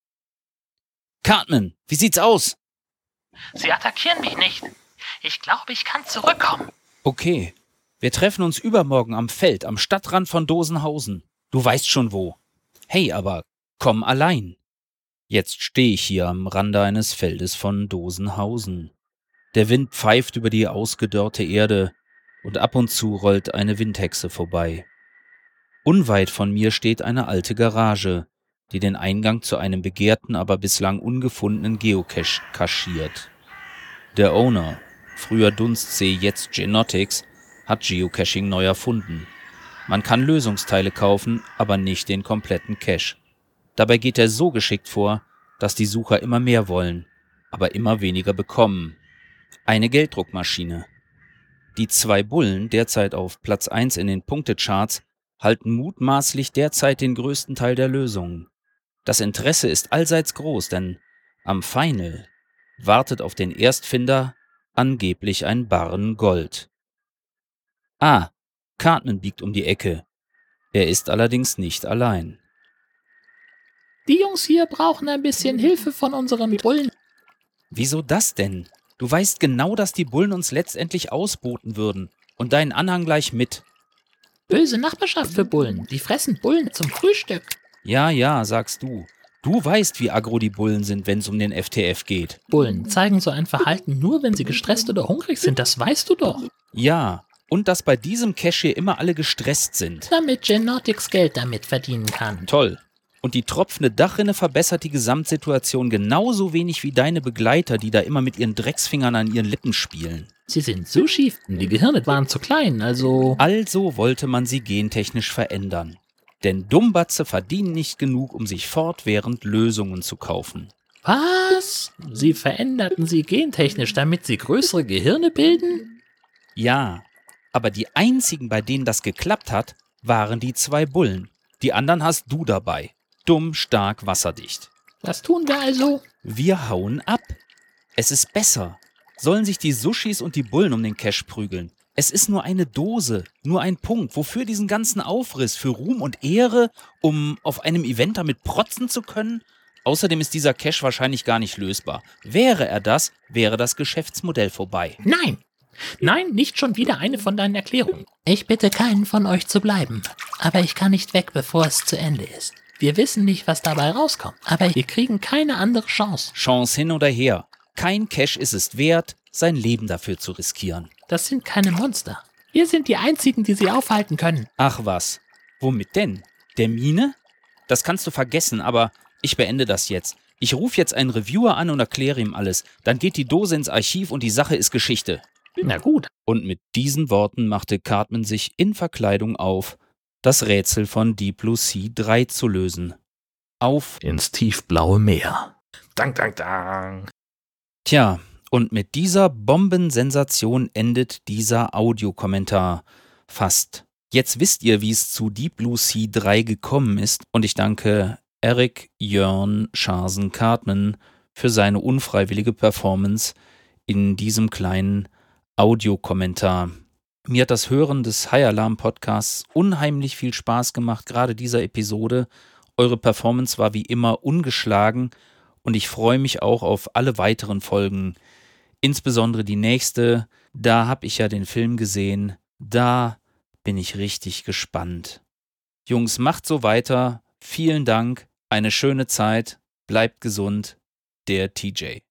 Cartman, wie sieht's aus? Sie attackieren mich nicht. Ich glaube, ich kann zurückkommen. Okay, wir treffen uns übermorgen am Feld, am Stadtrand von Dosenhausen. Du weißt schon wo. Hey, aber komm allein. Jetzt stehe ich hier am Rande eines Feldes von Dosenhausen. Der Wind pfeift über die ausgedörrte Erde und ab und zu rollt eine Windhexe vorbei. Unweit von mir steht eine alte Garage, die den Eingang zu einem begehrten, aber bislang ungefundenen Geocache kaschiert. Der Owner, früher Dunstsee, jetzt Genotics, hat Geocaching neu erfunden. Man kann Lösungsteile kaufen, aber nicht den kompletten Cache. Dabei geht er so geschickt vor, dass die Sucher immer mehr wollen, aber immer weniger bekommen. Eine Gelddruckmaschine. Die zwei Bullen, derzeit auf Platz eins in den Punktecharts, halten mutmaßlich derzeit den größten Teil der Lösungen. Das Interesse ist allseits groß, denn am Final wartet auf den Erstfinder angeblich ein Barren Gold. Ah, Cartman biegt um die Ecke. Er ist allerdings nicht allein. Die Jungs hier brauchen ein bisschen Hilfe von unseren Bullen. Wieso das denn? Du weißt genau, dass die Bullen uns letztendlich ausboten würden. Und deinen Anhang gleich mit. Böse Nachbarschaft für Bullen. Die fressen Bullen zum Frühstück. Ja, ja, sagst du. Du weißt, wie aggro die Bullen sind, wenn es um den F T F geht. Bullen zeigen so ein Verhalten nur, wenn sie gestresst oder hungrig sind. Das weißt du doch. Ja, und dass bei diesem Cache hier immer alle gestresst sind. Damit Genotics Geld damit verdienen kann. Toll. Und die tropfende Dachrinne verbessert die Gesamtsituation genauso wenig wie deine Begleiter, die da immer mit ihren Drecksfingern an ihren Lippen spielen. Sie sind so schief, die Gehirne waren zu klein, also... Also wollte man sie gentechnisch verändern. Denn Dummbatze verdienen nicht genug, um sich fortwährend Lösungen zu kaufen. Was? Sie veränderten sie gentechnisch, damit sie größere Gehirne bilden? Ja, aber die einzigen, bei denen das geklappt hat, waren die zwei Bullen. Die anderen hast du dabei. Dumm, stark, wasserdicht. Was tun wir also? Wir hauen ab. Es ist besser. Sollen sich die Sushis und die Bullen um den Cache prügeln. Es ist nur eine Dose, nur ein Punkt. Wofür diesen ganzen Aufriss? Für Ruhm und Ehre? Um auf einem Event damit protzen zu können? Außerdem ist dieser Cache wahrscheinlich gar nicht lösbar. Wäre er das, wäre das Geschäftsmodell vorbei. Nein! Nein, nicht schon wieder eine von deinen Erklärungen. Ich bitte keinen von euch zu bleiben. Aber ich kann nicht weg, bevor es zu Ende ist. Wir wissen nicht, was dabei rauskommt. Aber wir kriegen keine andere Chance. Chance hin oder her. Kein Cache ist es wert, sein Leben dafür zu riskieren. Das sind keine Monster. Wir sind die Einzigen, die sie aufhalten können. Ach was. Womit denn? Der Mine? Das kannst du vergessen, aber ich beende das jetzt. Ich rufe jetzt einen Reviewer an und erkläre ihm alles. Dann geht die Dose ins Archiv und die Sache ist Geschichte. Na gut. Und mit diesen Worten machte Cartman sich in Verkleidung auf, das Rätsel von Deep Blue Sea drei zu lösen. Auf ins tiefblaue Meer. Dank, dank, dank. Tja, und mit dieser Bombensensation endet dieser Audiokommentar. Fast. Jetzt wisst ihr, wie es zu Deep Blue Sea drei gekommen ist, und ich danke Eric Jörn Scharsen Cartman für seine unfreiwillige Performance in diesem kleinen Audiokommentar. Mir hat das Hören des High Alarm Podcasts unheimlich viel Spaß gemacht, gerade dieser Episode. Eure Performance war wie immer ungeschlagen und ich freue mich auch auf alle weiteren Folgen. Insbesondere die nächste, da habe ich ja den Film gesehen, da bin ich richtig gespannt. Jungs, macht so weiter, vielen Dank, eine schöne Zeit, bleibt gesund, der T J.